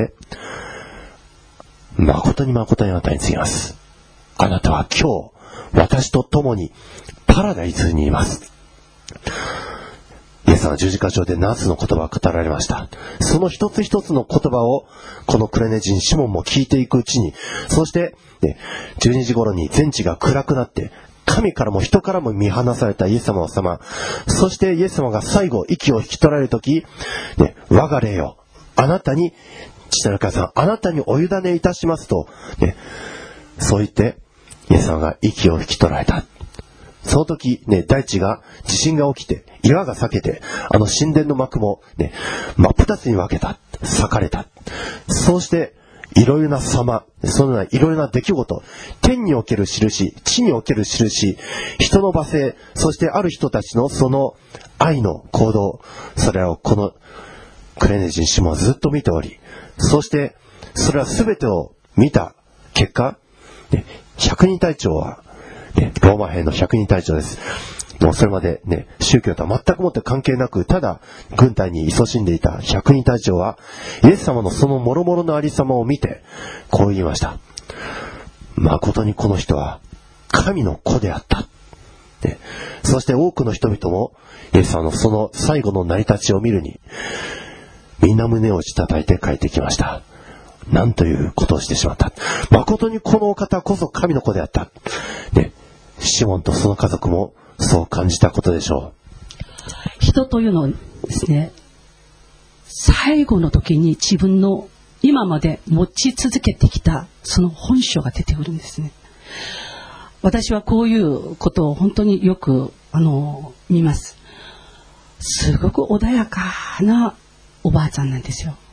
誠に誠にあなたに告げます。あなたは今日私と共にパラダイスにいます。イエスは十字架上でななつの言葉を語られました。その一つ一つの言葉をこのクレネ人シモンも聞いていくうちに、そして、ね、じゅうにじ頃に全地が暗くなって神からも人からも見放されたイエス様の様、そしてイエス様が最後息を引き取られるとき、ね、我が霊よあなたに父なる神様あなたにお委ねいたしますと、ね、そう言ってイエス様が息を引き取られた。 その時ね、大地が地震が起きて、岩が裂けて、あの神殿の幕もね、真っ二つに分けた、裂かれた。そうしていろいろな様、そのようないろいろな出来事、天における印、地における印、人の罵声、そしてある人たちのその愛の行動、それをこのクレネ人シモンはずっと見ており、そしてそれは全てを見た結果、ね、百人隊長は、ね、ローマ兵の百人隊長です。もうそれまでね、宗教とは全くもって関係なく、ただ軍隊に勤しんでいた百人隊長は、イエス様のその諸々のありさまを見て、こう言いました。誠にこの人は神の子であった。ね、そして多くの人々も、イエス様のその最後の成り立ちを見るに、みんな胸を打ち叩いて帰ってきました。なんということをしてしまった。誠にこのお方こそ神の子であった。ね、シモンとその家族もそう感じたことでしょう。 人というのはですね、最後の時に自分の今まで持ち続けてきたその本性が出てくるんですね。私はこういうことを本当によくあの見ます。すごく穏やかなおばあちゃんなんですよ。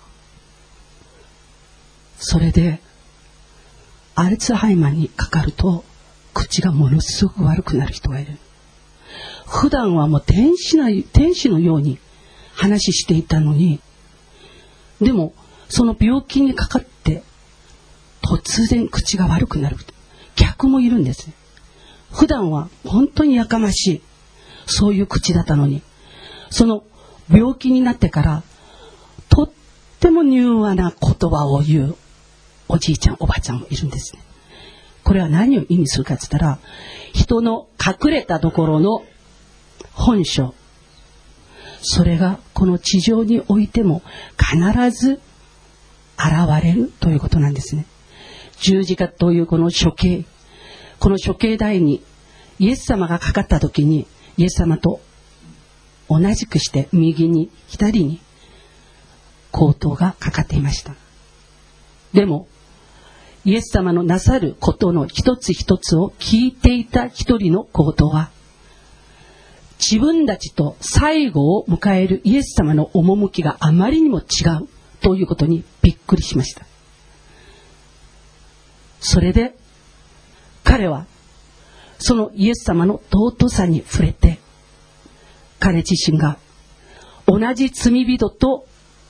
それでアルツハイマーにかかると口がものすごく悪くなる人がいる。普段はもう天使な天使のように話していたのに、でもその病気にかかって突然口が悪くなる客もいるんです。普段は本当にやかましいそういう口だったのに、その病気になってからとっても柔和な言葉を言うおじいちゃんおばあちゃんもいるんですね。これは何を意味するかって言ったら、人の隠れたところの本性、それがこの地上においても必ず現れるということなんですね。十字架というこの処刑、この処刑台にイエス様がかかった時に、イエス様と同じくして右に左に口頭がかかっていました。でもイエス様のなさることの一つ一つを聞いていた一人の口頭は、自分たちと最後を迎えるイエス様の趣があまりにも違うということにびっくりしました。それで彼はそのイエス様の尊さに触れて、彼自身が同じ罪人と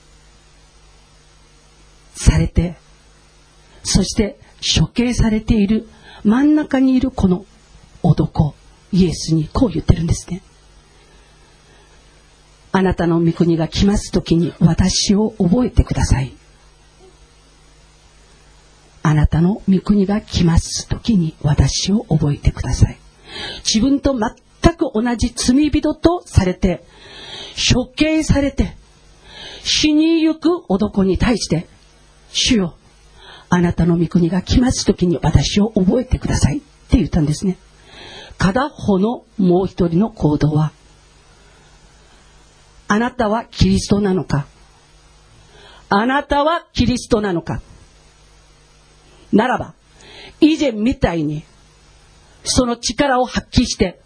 されて、そして処刑されている真ん中にいるこの男イエスにこう言ってるんですね。あなたの御国が来ますときに私を覚えてください。あなたの御国が来ますときに私を覚えてください。自分と全く同じ罪人とされて、処刑されて死にゆく男に対して、主よ、あなたの御国が来ますときに私を覚えてくださいって言ったんですね。片方のもう一人の行動は、あなたはキリストなのか、あなたはキリストなのか、ならば以前みたいにその力を発揮して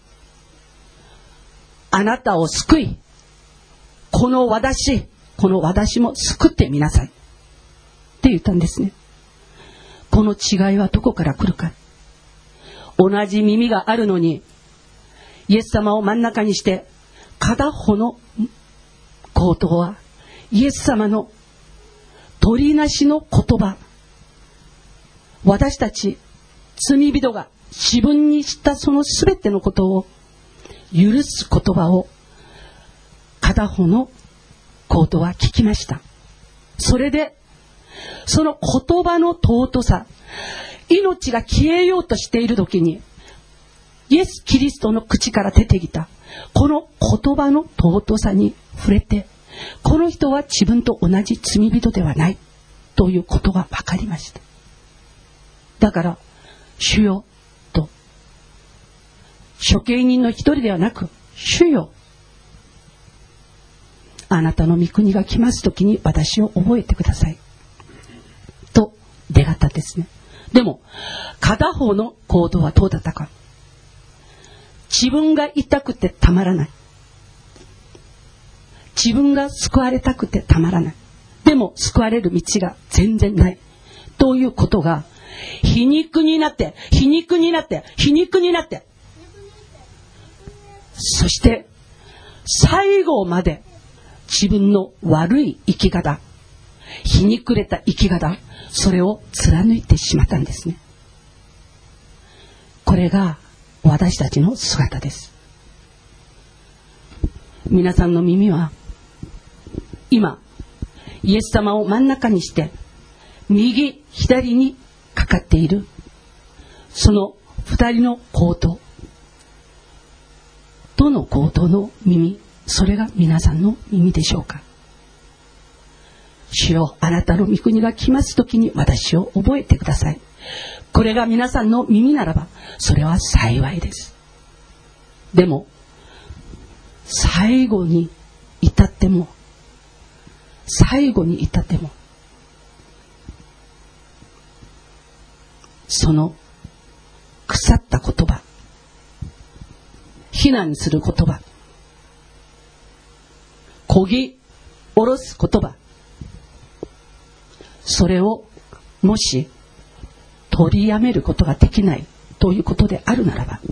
あなたを救い、この私この私も救ってみなさいって言ったんですね。この違いはどこから来るか。同じ耳があるのにイエス様を真ん中にして片方の口頭はイエス様の取りなしの言葉、私たち罪人が自分にしたそのすべてのことを許す言葉を片方の口頭は聞きました。それでその言葉の尊さ、命が消えようとしている時にイエス・キリストの口から出てきたこの言葉の尊さに触れて、この人は自分と同じ罪人ではないということが分かりました。だから主よと、処刑人の一人ではなく、主よ、あなたの御国が来ますときに私を覚えてくださいと願ったんですね。でも片方の行動はどうだったか。 自分が痛くてたまらない。自分が救われたくてたまらない。でも救われる道が全然ない。ということが皮肉になって、皮肉になって、皮肉になって、そして最後まで自分の悪い生き方、皮肉れた生き方、それを貫いてしまったんですね。これが私たちの姿です。皆さんの耳は今イエス様を真ん中にして右左にかかっているその二人の口頭、どの口頭の耳、それが皆さんの耳でしょうか。主よ、あなたの御国が来ますときに私を覚えてください。これが皆さんの耳ならばそれは幸いです。でも最後に至っても最後に至ってもその腐った言葉、非難する言葉、こぎ下ろす言葉、それをもし取りやめることができないということであるならば、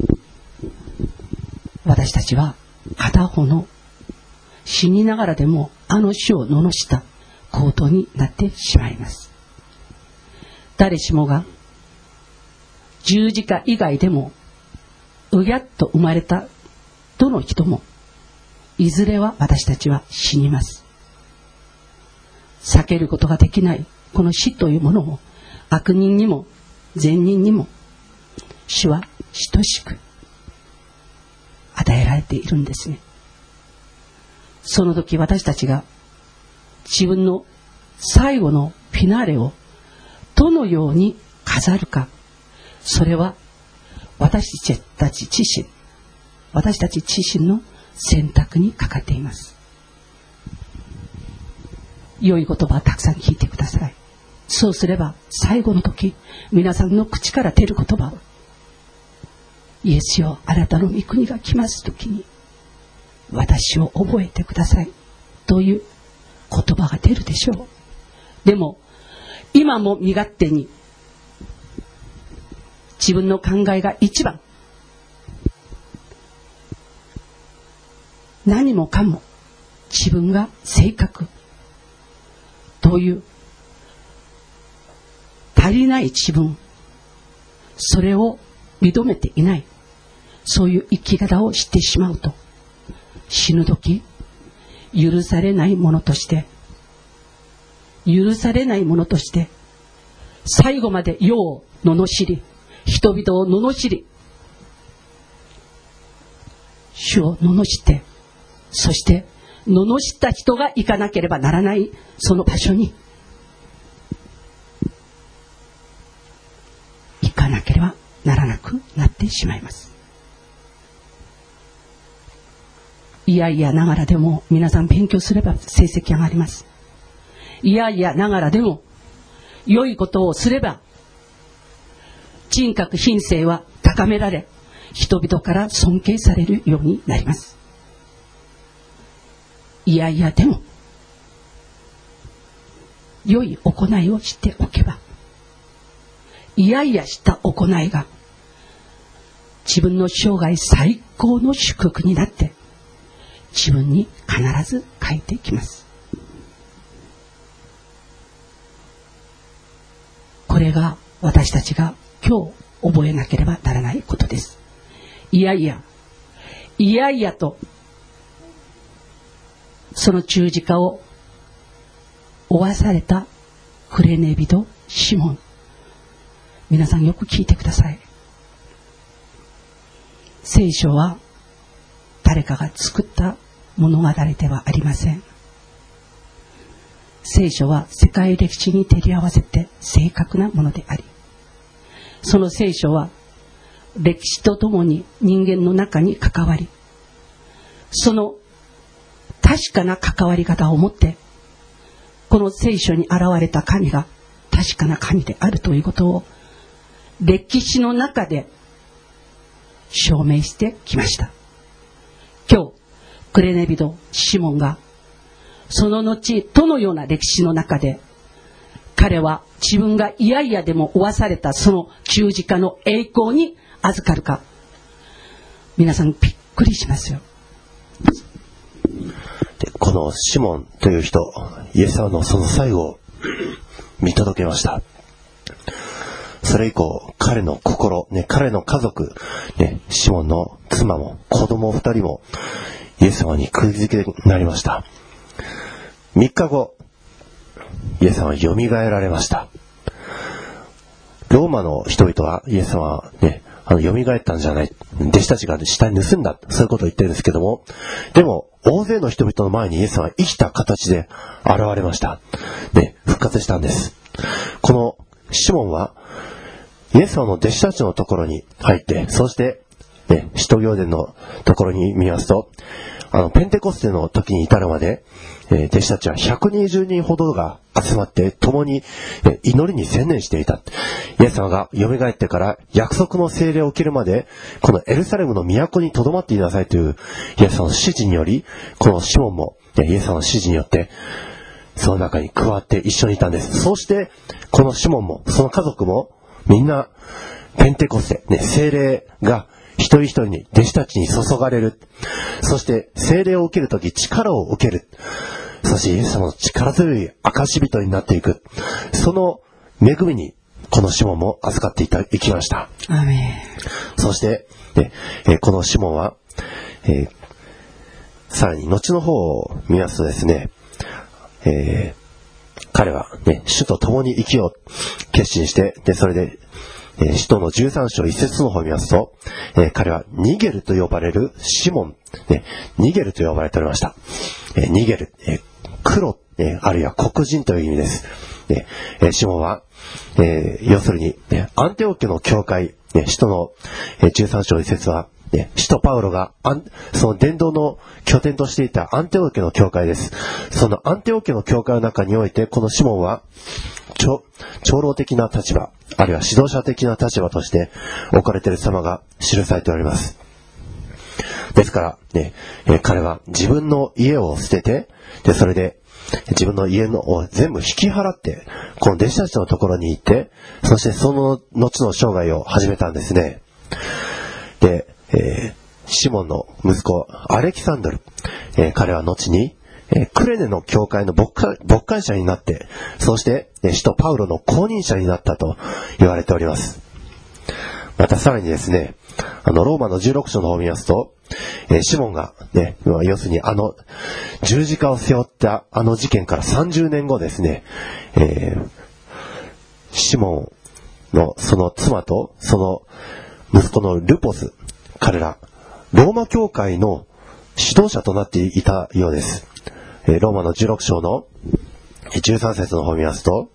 私たちは片方の死にながらでもあの死を罵した行動になってしまいます。誰しもが十字架以外でもうやっと生まれたどの人もいずれは私たちは死にます。避けることができないこの死というものを悪人にも善人にも主は等しく与えられているんですね。その時私たちが自分の最後のフィナーレをどのように飾るか、それは私たち自身私たち自身の選択にかかっています。良い言葉をたくさん聞いてください。そうすれば最後の時、皆さんの口から出る言葉を、イエスよ、あなたの御国が来ます時に私を覚えてくださいという言葉が出るでしょう。でも今も身勝手に自分の考えが一番、何もかも自分が正確という足りない自分、それを認めていない、そういう生き方をしてしまうと、死ぬ時許されないものとして許されないものとして最後まで世を罵り、人々を罵り、主を罵って、そして罵った人が行かなければならないその場所に行かなければならなくなってしまいます。いやいやながらでも皆さん勉強すれば成績上がります。いやいやながらでも良いことをすれば人格品性は高められ、人々から尊敬されるようになります。いやいやでも良い行いをしておけば、いやいやした行いが自分の生涯最高の祝福になって自分に必ず返ってきます。これが私たちが今日覚えなければならないことです。いやいやいやいやとその十字架を負わされたクレネ人シモン、皆さんよく聞いてください。聖書は誰かが作った物語ではありません。聖書は世界歴史に照り合わせて正確なものであり、その聖書は歴史とともに人間の中に関わり、その確かな関わり方を持ってこの聖書に現れた神が確かな神であるということを歴史の中で証明してきました。今日クレネ人シモンがその後どのような歴史の中で彼は自分がいやいやでも負わされたその十字架の栄光に預かるか、皆さんびっくりしますよ。 でこのシモンという人、イエス様のその最後を見届けました。それ以降彼の心、ね、彼の家族、ね、シモンの妻も子供二人もイエス様に釘付けになりました。みっかご、イエス様はよみがえられました。ローマの人々はイエス様はね、あの、蘇ったんじゃない。弟子たちが下に盗んだ。そういうことを言ってるんですけども。でも、大勢の人々の前にイエス様は生きた形で現れました。で、復活したんです。このシモンは、イエス様の弟子たちのところに入って、そして、ね、使徒行伝のところに見ますと、あの、ペンテコステの時に至るまで、えー、弟子たちはひゃくにじゅうにんほどが集まって共に、えー、祈りに専念していた。イエス様が蘇ってから約束の聖霊を受けるまで、このエルサレムの都に留まっていなさいというイエス様の指示により、このシモンも、ね、イエス様の指示によって、その中に加わって一緒にいたんです。そうして、このシモンも、その家族も、みんな、ペンテコステ、ね、聖霊が、一人一人に弟子たちに注がれる。そして聖霊を受けるとき力を受ける。そしてイエス様の力強い証人になっていく。その恵みにこのシモンも預かっていた、いきました。 アーメン。そして、ねえー、このシモンは、えー、さらに後の方を見ますとですね、えー、彼はね、主と共に生きよう決心して、で、それで、えー、使徒のじゅうさん章一節の方を見ますと、えー、彼はニゲルと呼ばれるシモン、ね、ニゲルと呼ばれておりました。えー、ニゲル、えー、黒、えー、あるいは黒人という意味です。ねえー、シモンは、えー、要するに、ね、アンテオ家の教会、ね、使徒の、えー、じゅうさん章一節は、ね、使徒パウロがアンその伝道の拠点としていたアンテオ家の教会です。そのアンテオ家の教会の中において、このシモンは長, 長老的な立場、あるいは指導者的な立場として置かれている様が記されております。ですから、ねえー、彼は自分の家を捨てて、でそれで自分の家のを全部引き払って、この弟子たちのところに行って、そしてその後の生涯を始めたんですね。で、えー、シモンの息子アレキサンドル、えー、彼は後にえー、クレネの教会の牧会者になって、そして、えー、使徒パウロの公認者になったと言われております。またさらにですね、あの、ローマのじゅうろく章の方を見ますと、えー、シモンがね、要するにあの、十字架を背負ったあの事件からさんじゅうねんごですね、えー、シモンのその妻と、その息子のルポス、彼ら、ローマ教会の指導者となっていたようです。ローマのじゅうろく章のじゅうさん節の方を見ますと、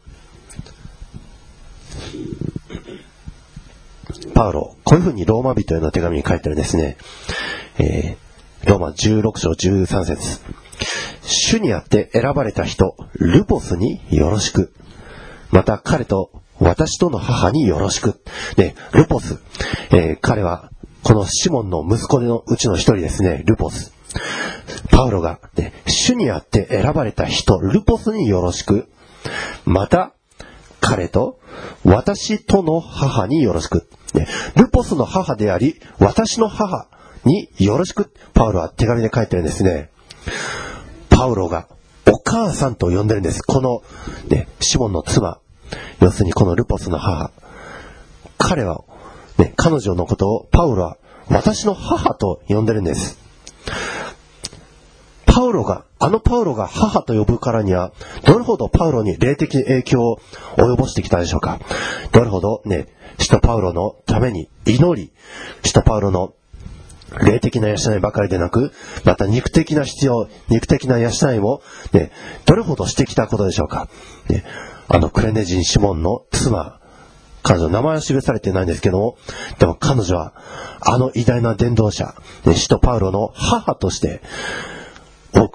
パウロ、こういうふうにローマ人への手紙に書いてるんですね。えー、ローマじゅうろく章じゅうさん節。主にあって選ばれた人、ルポスによろしく。また彼と私との母によろしく。で、ルポス、えー、彼はこのシモンの息子のうちの一人ですね、ルポス。パウロが、ね、主にあって選ばれた人、ルポスによろしく。また、彼と私との母によろしく。ね、ルポスの母であり、私の母によろしく。パウロは手紙で書いてるんですね。パウロがお母さんと呼んでるんです。この、ね、シモンの妻、要するにこのルポスの母。彼は、ね、彼女のことをパウロは私の母と呼んでるんです。パウロが、あのパウロが母と呼ぶからには、どれほどパウロに霊的影響を及ぼしてきたでしょうか。どれほどね、使徒パウロのために祈り、使徒パウロの霊的な養いばかりでなく、また肉的な必要、肉的な養いも、ね、どれほどしてきたことでしょうか。ね、あのクレネ人シモンの妻、彼女の名前は記されてないんですけども、でも彼女は、あの偉大な伝道者、ね、使徒パウロの母として、多く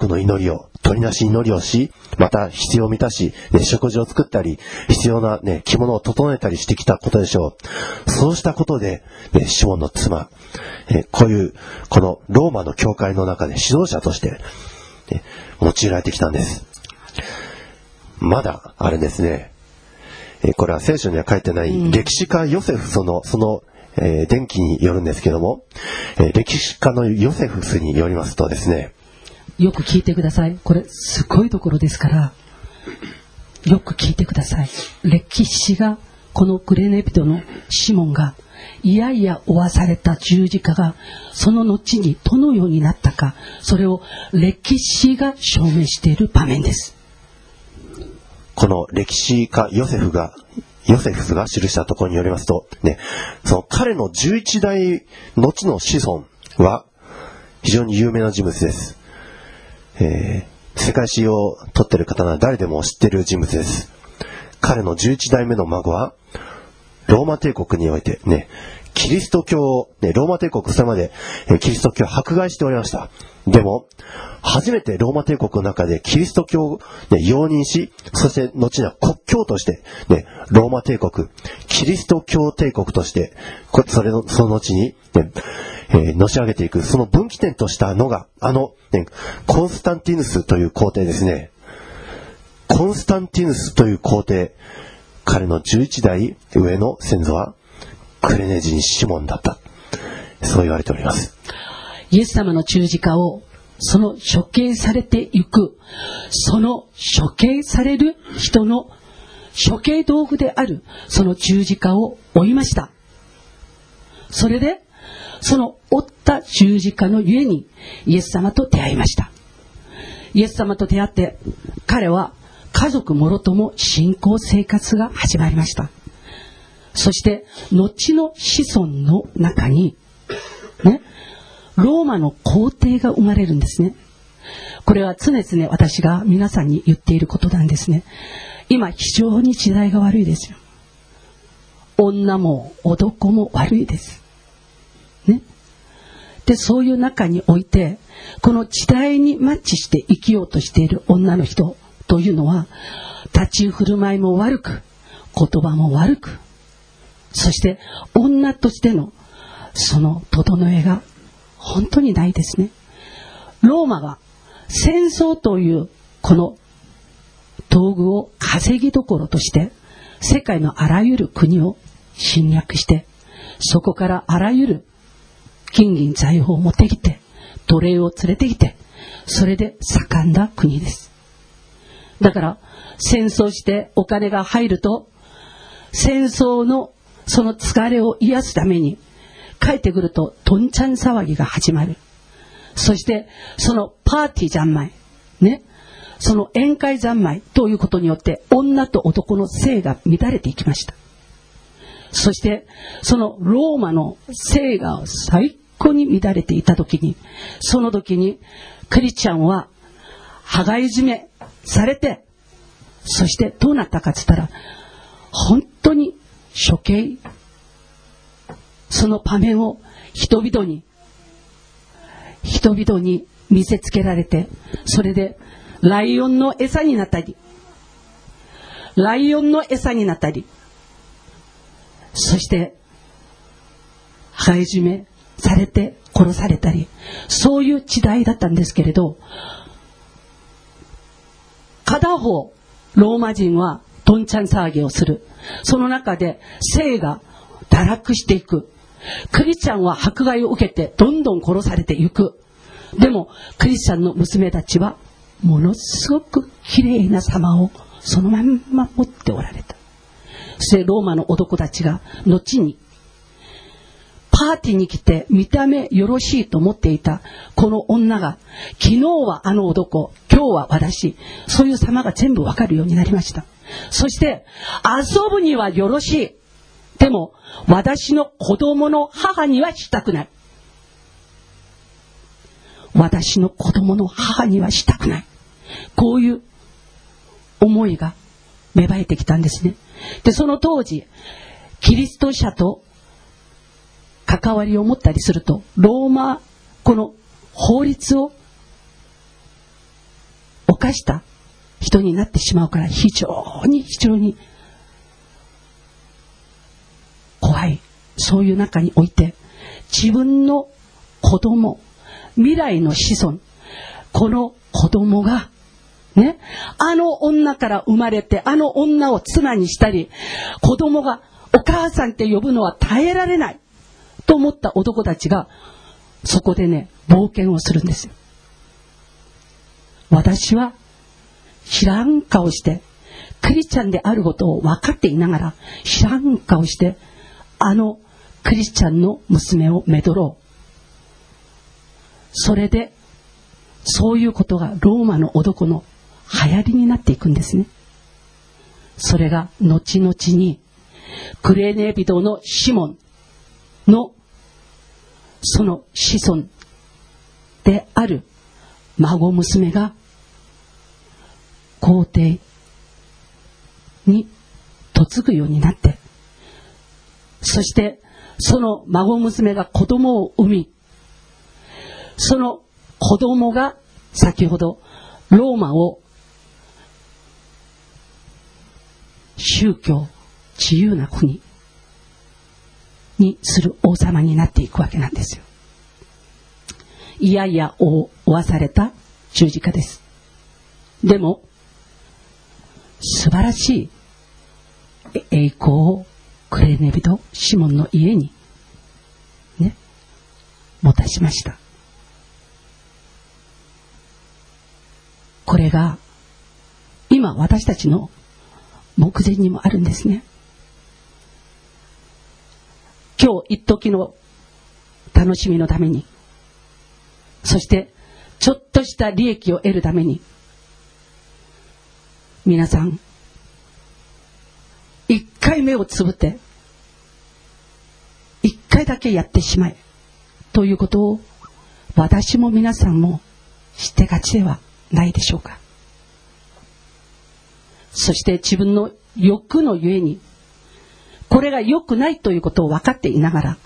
くの祈りを、取りなし祈りをし、また必要を満たし、ね、食事を作ったり、必要な、ね、着物を整えたりしてきたことでしょう。そうしたことで、ね、シモンの妻、えこういう、このローマの教会の中で指導者として、ね、用いられてきたんです。まだ、あれですね、えこれは聖書には書いてない、うん、歴史家ヨセフその、その、えー、伝記によるんですけども、えー、歴史家のヨセフスによりますとですね、 よく聞いてください。これすごいところですから、よく聞いてください。歴史が、このクレネ人のシモンがいやいや負わされた十字架がその後にどのようになったか、それを歴史が証明している場面です。 この歴史家ヨセフがヨセフスが記したところによりますと、ね、その彼のじゅういち代後の子孫は非常に有名な人物です。えー、世界史を取っている方なら誰でも知っている人物です。彼のじゅういち代目の孫はローマ帝国においてね、キリスト教を、ね、ローマ帝国それまで、えー、キリスト教を迫害しておりました。でも初めてローマ帝国の中でキリスト教を、ね、容認し、そして後には国教として、ね、ローマ帝国、キリスト教帝国として、それの、その後に、ね、えー、のし上げていく、その分岐点としたのが、あの、ね、コンスタンティヌスという皇帝ですね。コンスタンティヌスという皇帝、彼のじゅういち代上の先祖は、クレネ人シモンだった。そう言われております。 イエス様の十字架を、その処刑されていく、その処刑される人の処刑道具である、その十字架を追いました。それで、その追った十字架のゆえに、イエス様と出会いました。イエス様と出会って、彼は家族もろとも信仰生活が始まりました。そして、後の子孫の中に、ね、ローマの皇帝が生まれるんですね。これは常々私が皆さんに言っていることなんですね。今非常に時代が悪いですよ。女も男も悪いです。ね。で、そういう中において、この時代にマッチして生きようとしている女の人というのは、立ち振る舞いも悪く、言葉も悪く、そして女としてのその整えが本当にないですね。ローマが戦争というこの道具を稼ぎどころとして世界のあらゆる国を侵略して、そこからあらゆる金銀財宝を持ってきて、奴隷を連れてきて、それで盛んだ国です。だから戦争してお金が入ると、戦争のその疲れを癒すために帰ってくるとどんちゃん騒ぎが始まる。そしてそのパーティー三昧ね、その宴会三昧ということによって女と男の性が乱れていきました。そしてそのローマの性が最高に乱れていた時に、その時にクリスチャンは羽交い締めされて、そしてどうなったかって言ったら、本当に処刑、その場面を人々に人々に見せつけられて、それでライオンの餌になったりライオンの餌になったり、そして羽交い締めされて殺されたり、そういう時代だったんですけれど、片方ローマ人はどんちゃん騒ぎをする。その中で性が堕落していく。クリスチャンは迫害を受けてどんどん殺されていく。でもクリスチャンの娘たちはものすごく綺麗な様をそのまんま持っておられた。そしてローマの男たちが後にパーティーに来て見た目よろしいと思っていたこの女が、昨日はあの男、今日は私、そういう様が全部わかるようになりました。そして遊ぶにはよろしい、でも私の子供の母にはしたくない、私の子供の母にはしたくない、こういう思いが芽生えてきたんですね。で、その当時キリスト者と関わりを持ったりすると、ローマこの法律を犯した人になってしまうから、非常に非常に怖い。そういう中において、自分の子供、未来の子孫、この子供がね、あの女から生まれて、あの女を妻にしたり、子供がお母さんって呼ぶのは耐えられないと思った男たちが、そこでね、冒険をするんですよ。私は知らん顔して、クリスチャンであることを分かっていながら、知らん顔して、あのクリスチャンの娘をめどろう。それで、そういうことがローマの男の流行りになっていくんですね。それが後々にクレーネ人のシモンのその子孫である孫娘が皇帝に嫁ぐようになって、そしてその孫娘が子供を産み、その子供が先ほどローマを宗教自由な国にする王様になっていくわけなんですよ。いやいやを負わされた十字架です。でも素晴らしい栄光をクレーネ人シモンの家にね、もたしました。これが今私たちの目前にもあるんですね。今日一時の楽しみのために、そしてちょっとした利益を得るために、皆さん一回目をつぶって一回だけやってしまえということを、私も皆さんも知ってがちではないでしょうか。そして自分の欲のゆえに、これが良くないということを分かっていながら、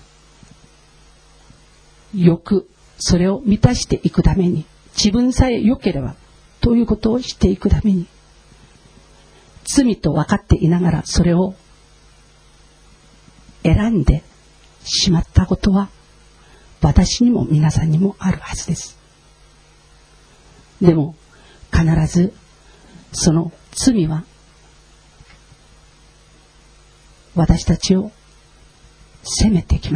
欲、それを満たしていくために、自分さえ良ければということをしていくために、罪と分かっていながらそれを選んでしまったことは、私にも皆さんにもあるはずです。でも必ずその罪は私たちを責めてきます。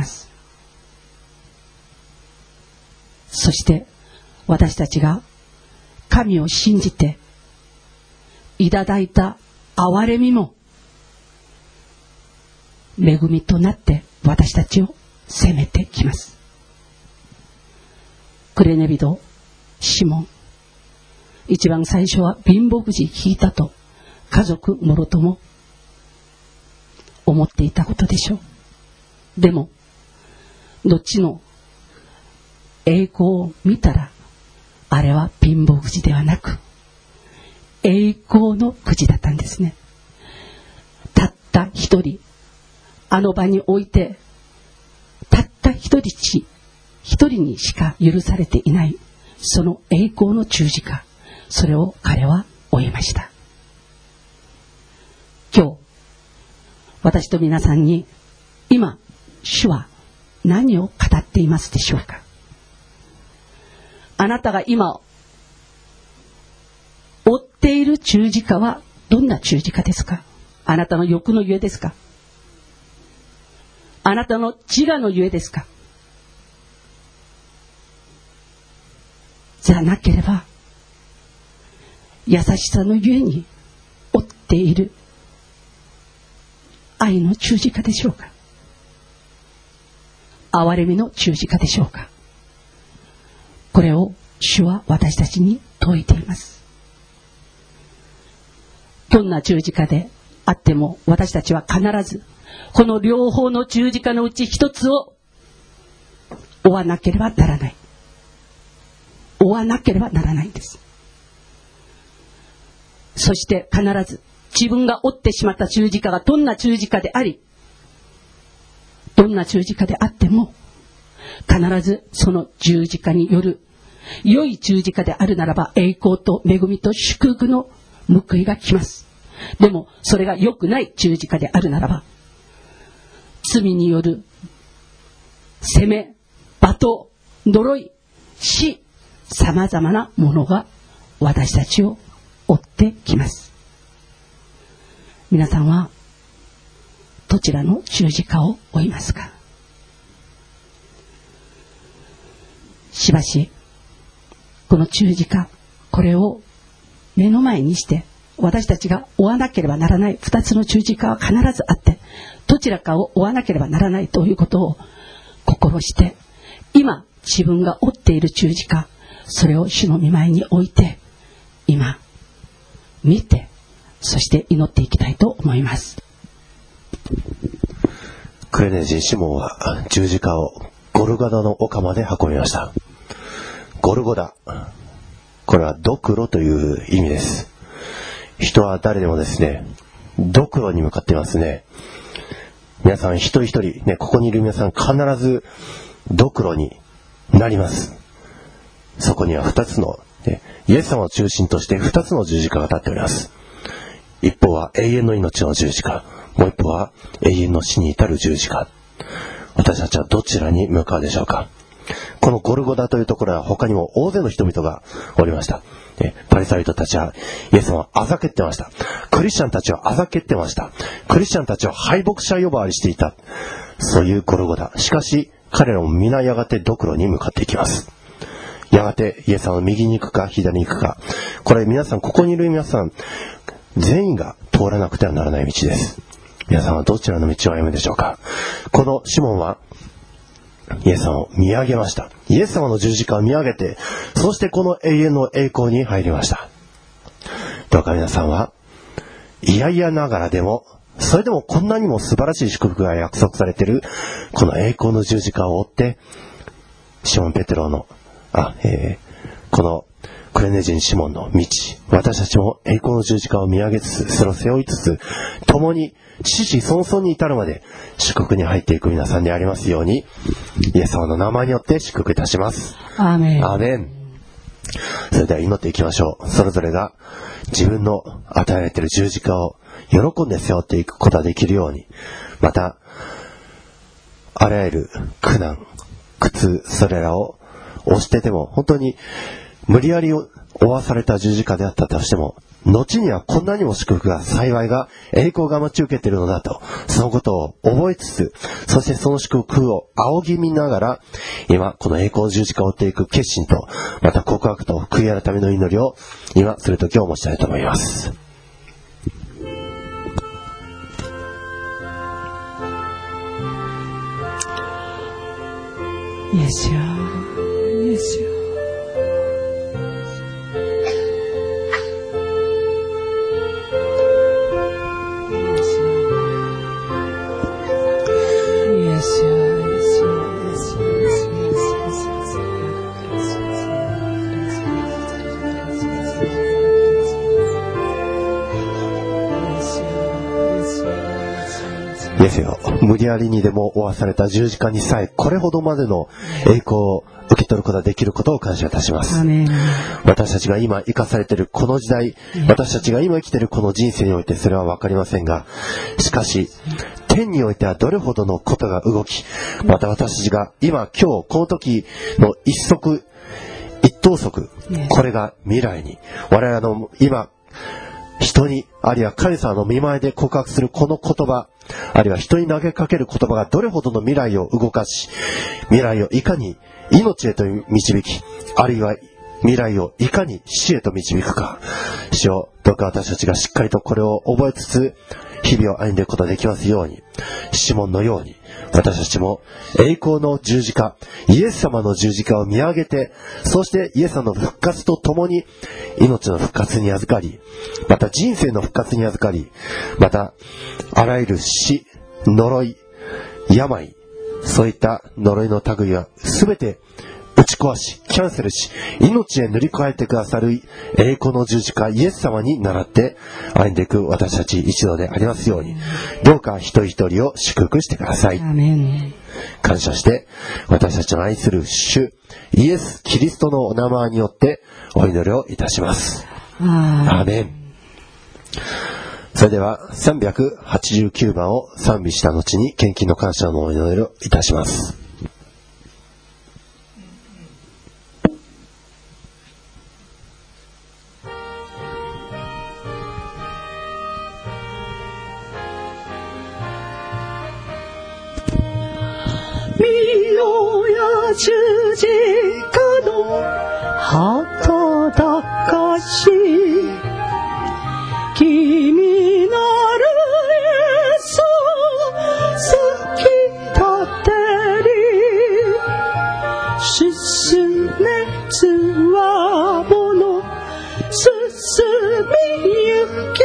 そして私たちが神を信じていただいた憐れみも恵みとなって私たちを責めてきます。クレネ人シモン、一番最初は貧乏くじ引いたと家族もろとも思っていたことでしょう。でもどっちの栄光を見たら、あれは貧乏くじではなく栄光のくじだったんですね。たった一人、あの場においてたった一人し一人にしか許されていないその栄光の十字架、それを彼は追いました。今日私と皆さんに、今主は何を語っていますでしょうか。あなたが今追っている十字架はどんな十字架ですか。あなたの欲のゆえですか。あなたの自我のゆえですか。じゃなければ、優しさのゆえに追っている愛の十字架でしょうか。憐れみの十字架でしょうか。これを主は私たちに説いています。どんな十字架であっても、私たちは必ずこの両方の十字架のうち一つを追わなければならない。追わなければならないんです。そして必ず自分が追ってしまった十字架がどんな十字架であり、どんな十字架であっても、必ずその十字架による良い十字架であるならば、栄光と恵みと祝福の報いが来ます。でもそれが良くない十字架であるならば、罪による責め、罵倒、呪い、死、さまざまなものが私たちを追ってきます。皆さんはどちらの十字架を追いますか？しばしこの十字架、これを目の前にして私たちが追わなければならない二つの十字架は必ずあって、どちらかを追わなければならないということを心して、今自分が追っている十字架、それを主の御前に置いて、今見て、そして祈っていきたいと思います。 クレネ人シモンは十字架をゴルゴダの丘まで運びました。ゴルゴダ、これはドクロという意味です。人は誰でもですね、ドクロに向かっていますね。皆さん一人一人、ね、ここにいる皆さん必ずドクロになります。そこには二つの、ね、イエス様を中心として二つの十字架が立っております。一方は永遠の命の十字架、もう一方は永遠の死に至る十字架。私たちはどちらに向かうでしょうか。このゴルゴダというところは他にも大勢の人々がおりました。パリサイ人たちはイエス様をあざけってました。クリスチャンたちはあざけってました。クリスチャンたちを敗北者呼ばわりしていた。そういうゴルゴダ。しかし彼らも皆やがてドクロに向かっていきます。やがてイエス様の右に行くか左に行くか。これ皆さん、ここにいる皆さん全員が通らなくてはならない道です。皆さんはどちらの道を歩むでしょうか。このシモンはイエス様を見上げました。イエス様の十字架を見上げて、そしてこの永遠の栄光に入りました。どうか皆さんは、いやいやながらでも、それでもこんなにも素晴らしい祝福が約束されている、この栄光の十字架を追って、シモン・ペテロの、あ、えー、このクレネ人シモンの道、私たちも栄光の十字架を見上げつつ、それを背負いつつ、共に死々孫々に至るまで祝福に入っていく皆さんでありますように、イエス様の名前によって祝福いたします。 アーメン。 アーメン。それでは祈っていきましょう。それぞれが自分の与えられている十字架を喜んで背負っていくことができるように、またあらゆる苦難、苦痛、それらを押してても、本当に無理やり負わされた十字架であったとしても、後にはこんなにも祝福が、幸いが、栄光が待ち受けているのだと、そのことを覚えつつ、そしてその祝福を仰ぎ見ながら、今この栄光の十字架を追っていく決心と、また告白と悔い改めの祈りを今するときを持ちたいと思います。 イエスよ、イエスよ。 イエスよ、無理やりにでも負わされた十字架にさえこれほどまでの栄光を受け取ることができることを感謝いたします。私たちが今生かされているこの時代、私たちが今生きているこの人生においてそれは分かりませんが、しかし天においてはどれほどのことが動き、また私たちが今今日この時の一足一投足、これが未来に我々の今人に、あるいは神様の御前で告白するこの言葉、あるいは人に投げかける言葉がどれほどの未来を動かし、未来をいかに命へと導き、あるいは未来をいかに死へと導くか。主よ、どうか私たちがしっかりとこれを覚えつつ、日々を歩んでいくことができますように、シモンのように、私たちも栄光の十字架、イエス様の十字架を見上げて、そしてイエス様の復活とともに命の復活に預かり、また人生の復活に預かり、またあらゆる死、呪い、病、そういった呪いの類はすべて打ち壊し、キャンセルし、命へ塗り替えてくださる栄光の十字架イエス様に倣って歩んでいく私たち一同でありますように、どうか一人一人を祝福してください。 アーメン。 感謝して私たちの愛する主イエス・キリストのお名前によってお祈りをいたします。 アアーメン。それではさんびゃくはちじゅうきゅうばんを賛美した後に献金の感謝のお祈りをいたします。 見よや十字架の旗高し、君なるイエス好き立てり、進めつわもの進みゆき、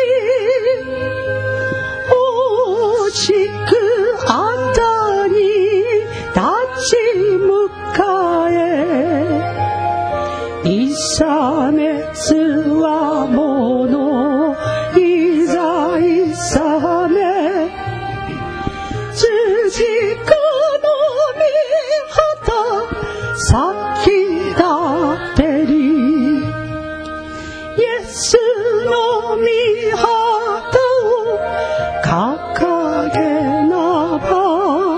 惜しくあたに立ち向かえ、いさめつわものいざいさめ、十字架の御旗先立てり、イエスの御旗を掲げなば、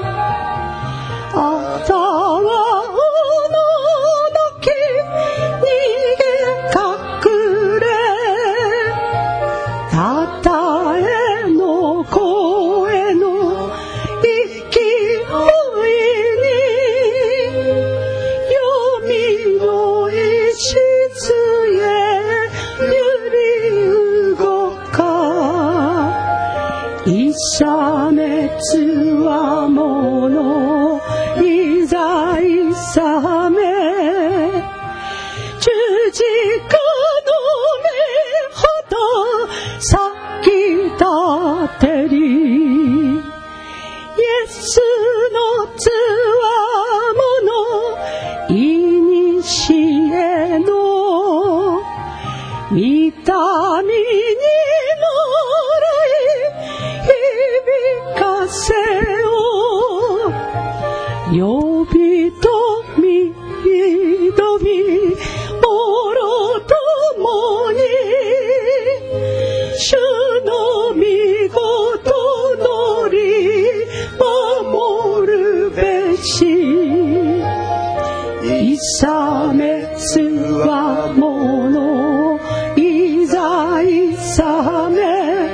あたはおののき逃げ隠れ、たたえの声の勢いに、黄泉の石へ揺り動か、いさめつわものいざいさめ、十字架の御旗先立てり、イエスのつわものいにしえの御民にもらい響かせよ、呼びとみどみもろともに、主の御事のり守るべし、いさめつわものいざいさめ、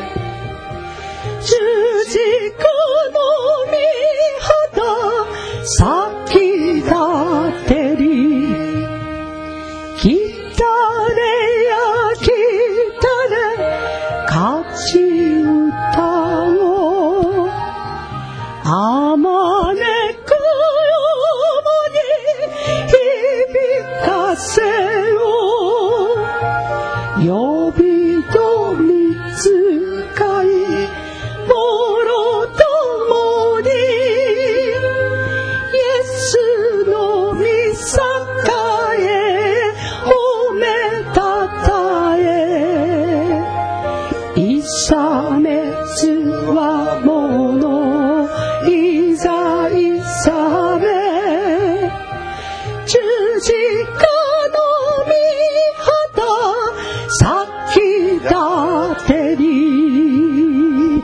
十字架の御旗先立てり、来たれや来たれ勝ち歌を、あまねくよもに響かせよ、呼びとみつかいもろともに、イエスの御栄へ褒めたたえ、いさめつわものいざいさめ、十字架の御旗先立てり、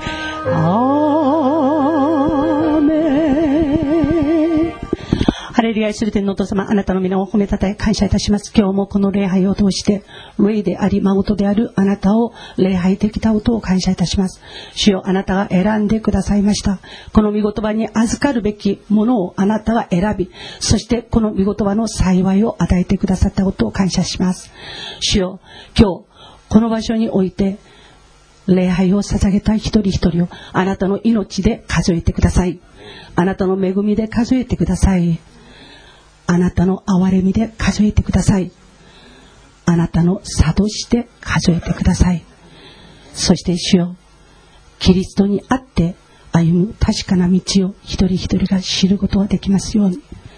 アーメン。ハレルヤ、愛する天のお父様、あなたの皆を褒めたたえ感謝いたします。今日もこの礼拝を通して霊であり誠であるあなたを礼拝できたことを感謝いたします。主よ、あなたが選んでくださいました。この御言葉に預かるべきものをあなたは選び、そしてこの御言葉の幸いを与えてくださったことを感謝します。主よ、今日この場所において礼拝を捧げた一人一人をあなたの命で数えてください。あなたの恵みで数えてください。あなたの憐れみで数えてください。あなたの諭して数えてください。そして主よ、キリストにあって歩む確かな道を一人一人が知ることができますように、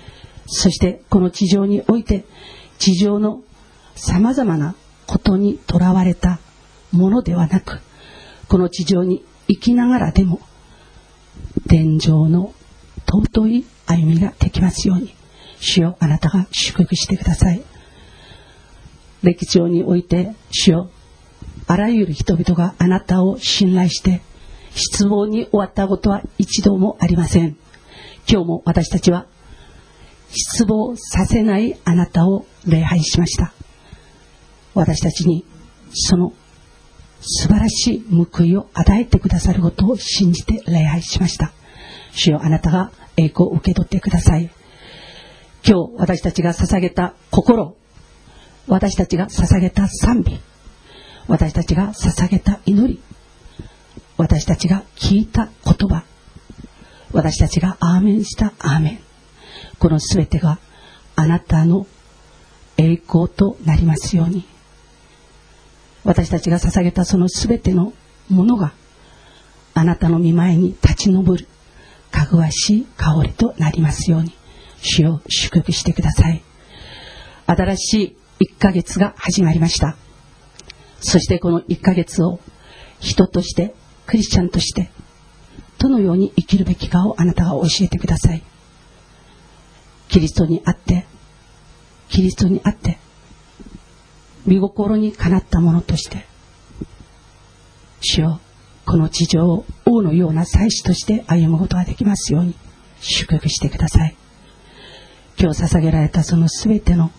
そしてこの地上において地上のさまざまなことにとらわれたものではなく、この地上に生きながらでも天上の尊い歩みができますように、主よ、あなたが祝福してください。歴史上において主よ、あらゆる人々があなたを信頼して失望に終わったことは一度もありません。今日も私たちは失望させないあなたを礼拝しました。私たちにその素晴らしい報いを与えてくださることを信じて礼拝しました。主よ、あなたが栄光を受け取ってください。今日私たちが捧げた心、私たちが捧げた賛美、私たちが捧げた祈り、私たちが聞いた言葉、私たちがアーメンしたアーメン、このすべてがあなたの栄光となりますように。私たちが捧げたそのすべてのものがあなたの御前に立ち上るかぐわしい香りとなりますように、主を祝福してください。新しいいっかげつが始まりました。そしてこのいっかげつを人としてクリスチャンとしてどのように生きるべきかをあなたが教えてください。キリストにあってキリストにあって御心にかなったものとして、主よ、この地上を王のような祭司として歩むことができますように祝福してください。今日捧げられたそのすべての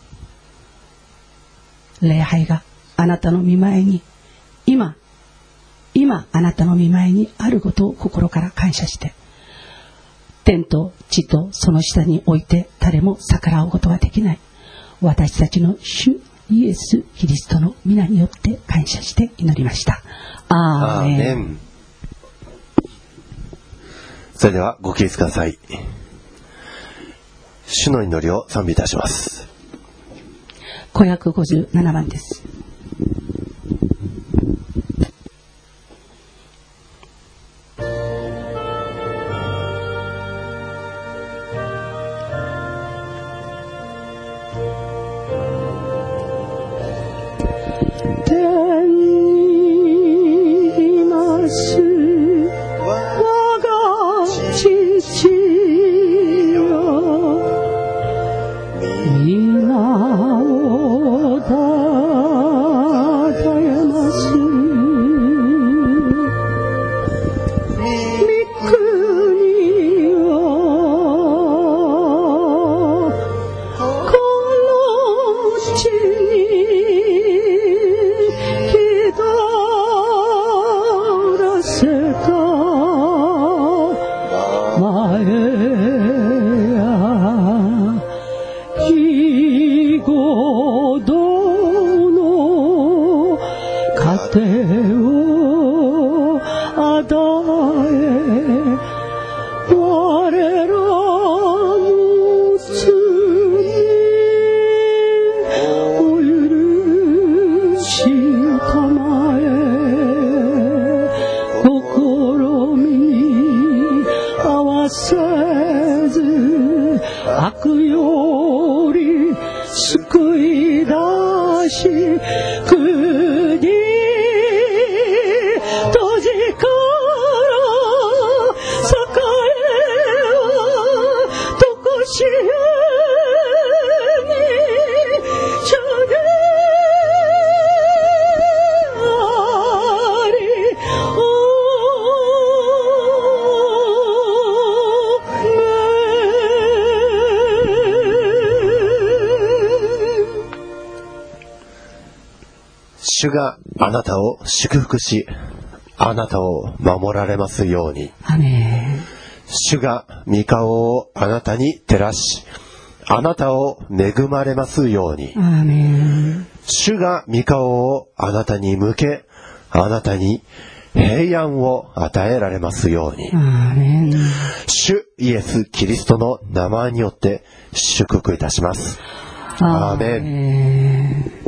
礼拝があなたの御前に今今あなたの御前にあることを心から感謝して、天と地とその下に置いて誰も逆らうことができない私たちの主イエス・キリストの皆によって感謝して祈りました。アーメン。アーメン。 それではご起立ください。主の祈りを賛美いたします。 ごひゃくごじゅうななばんです。 主があなたを祝福し、あなたを守られますように。 アメン。 主が御顔をあなたに照らし、あなたを恵まれますように。 アメン。 主が御顔をあなたに向け、あなたに平安を与えられますように。 アメン。 主イエス・キリストの名前によって祝福いたします。アーメン。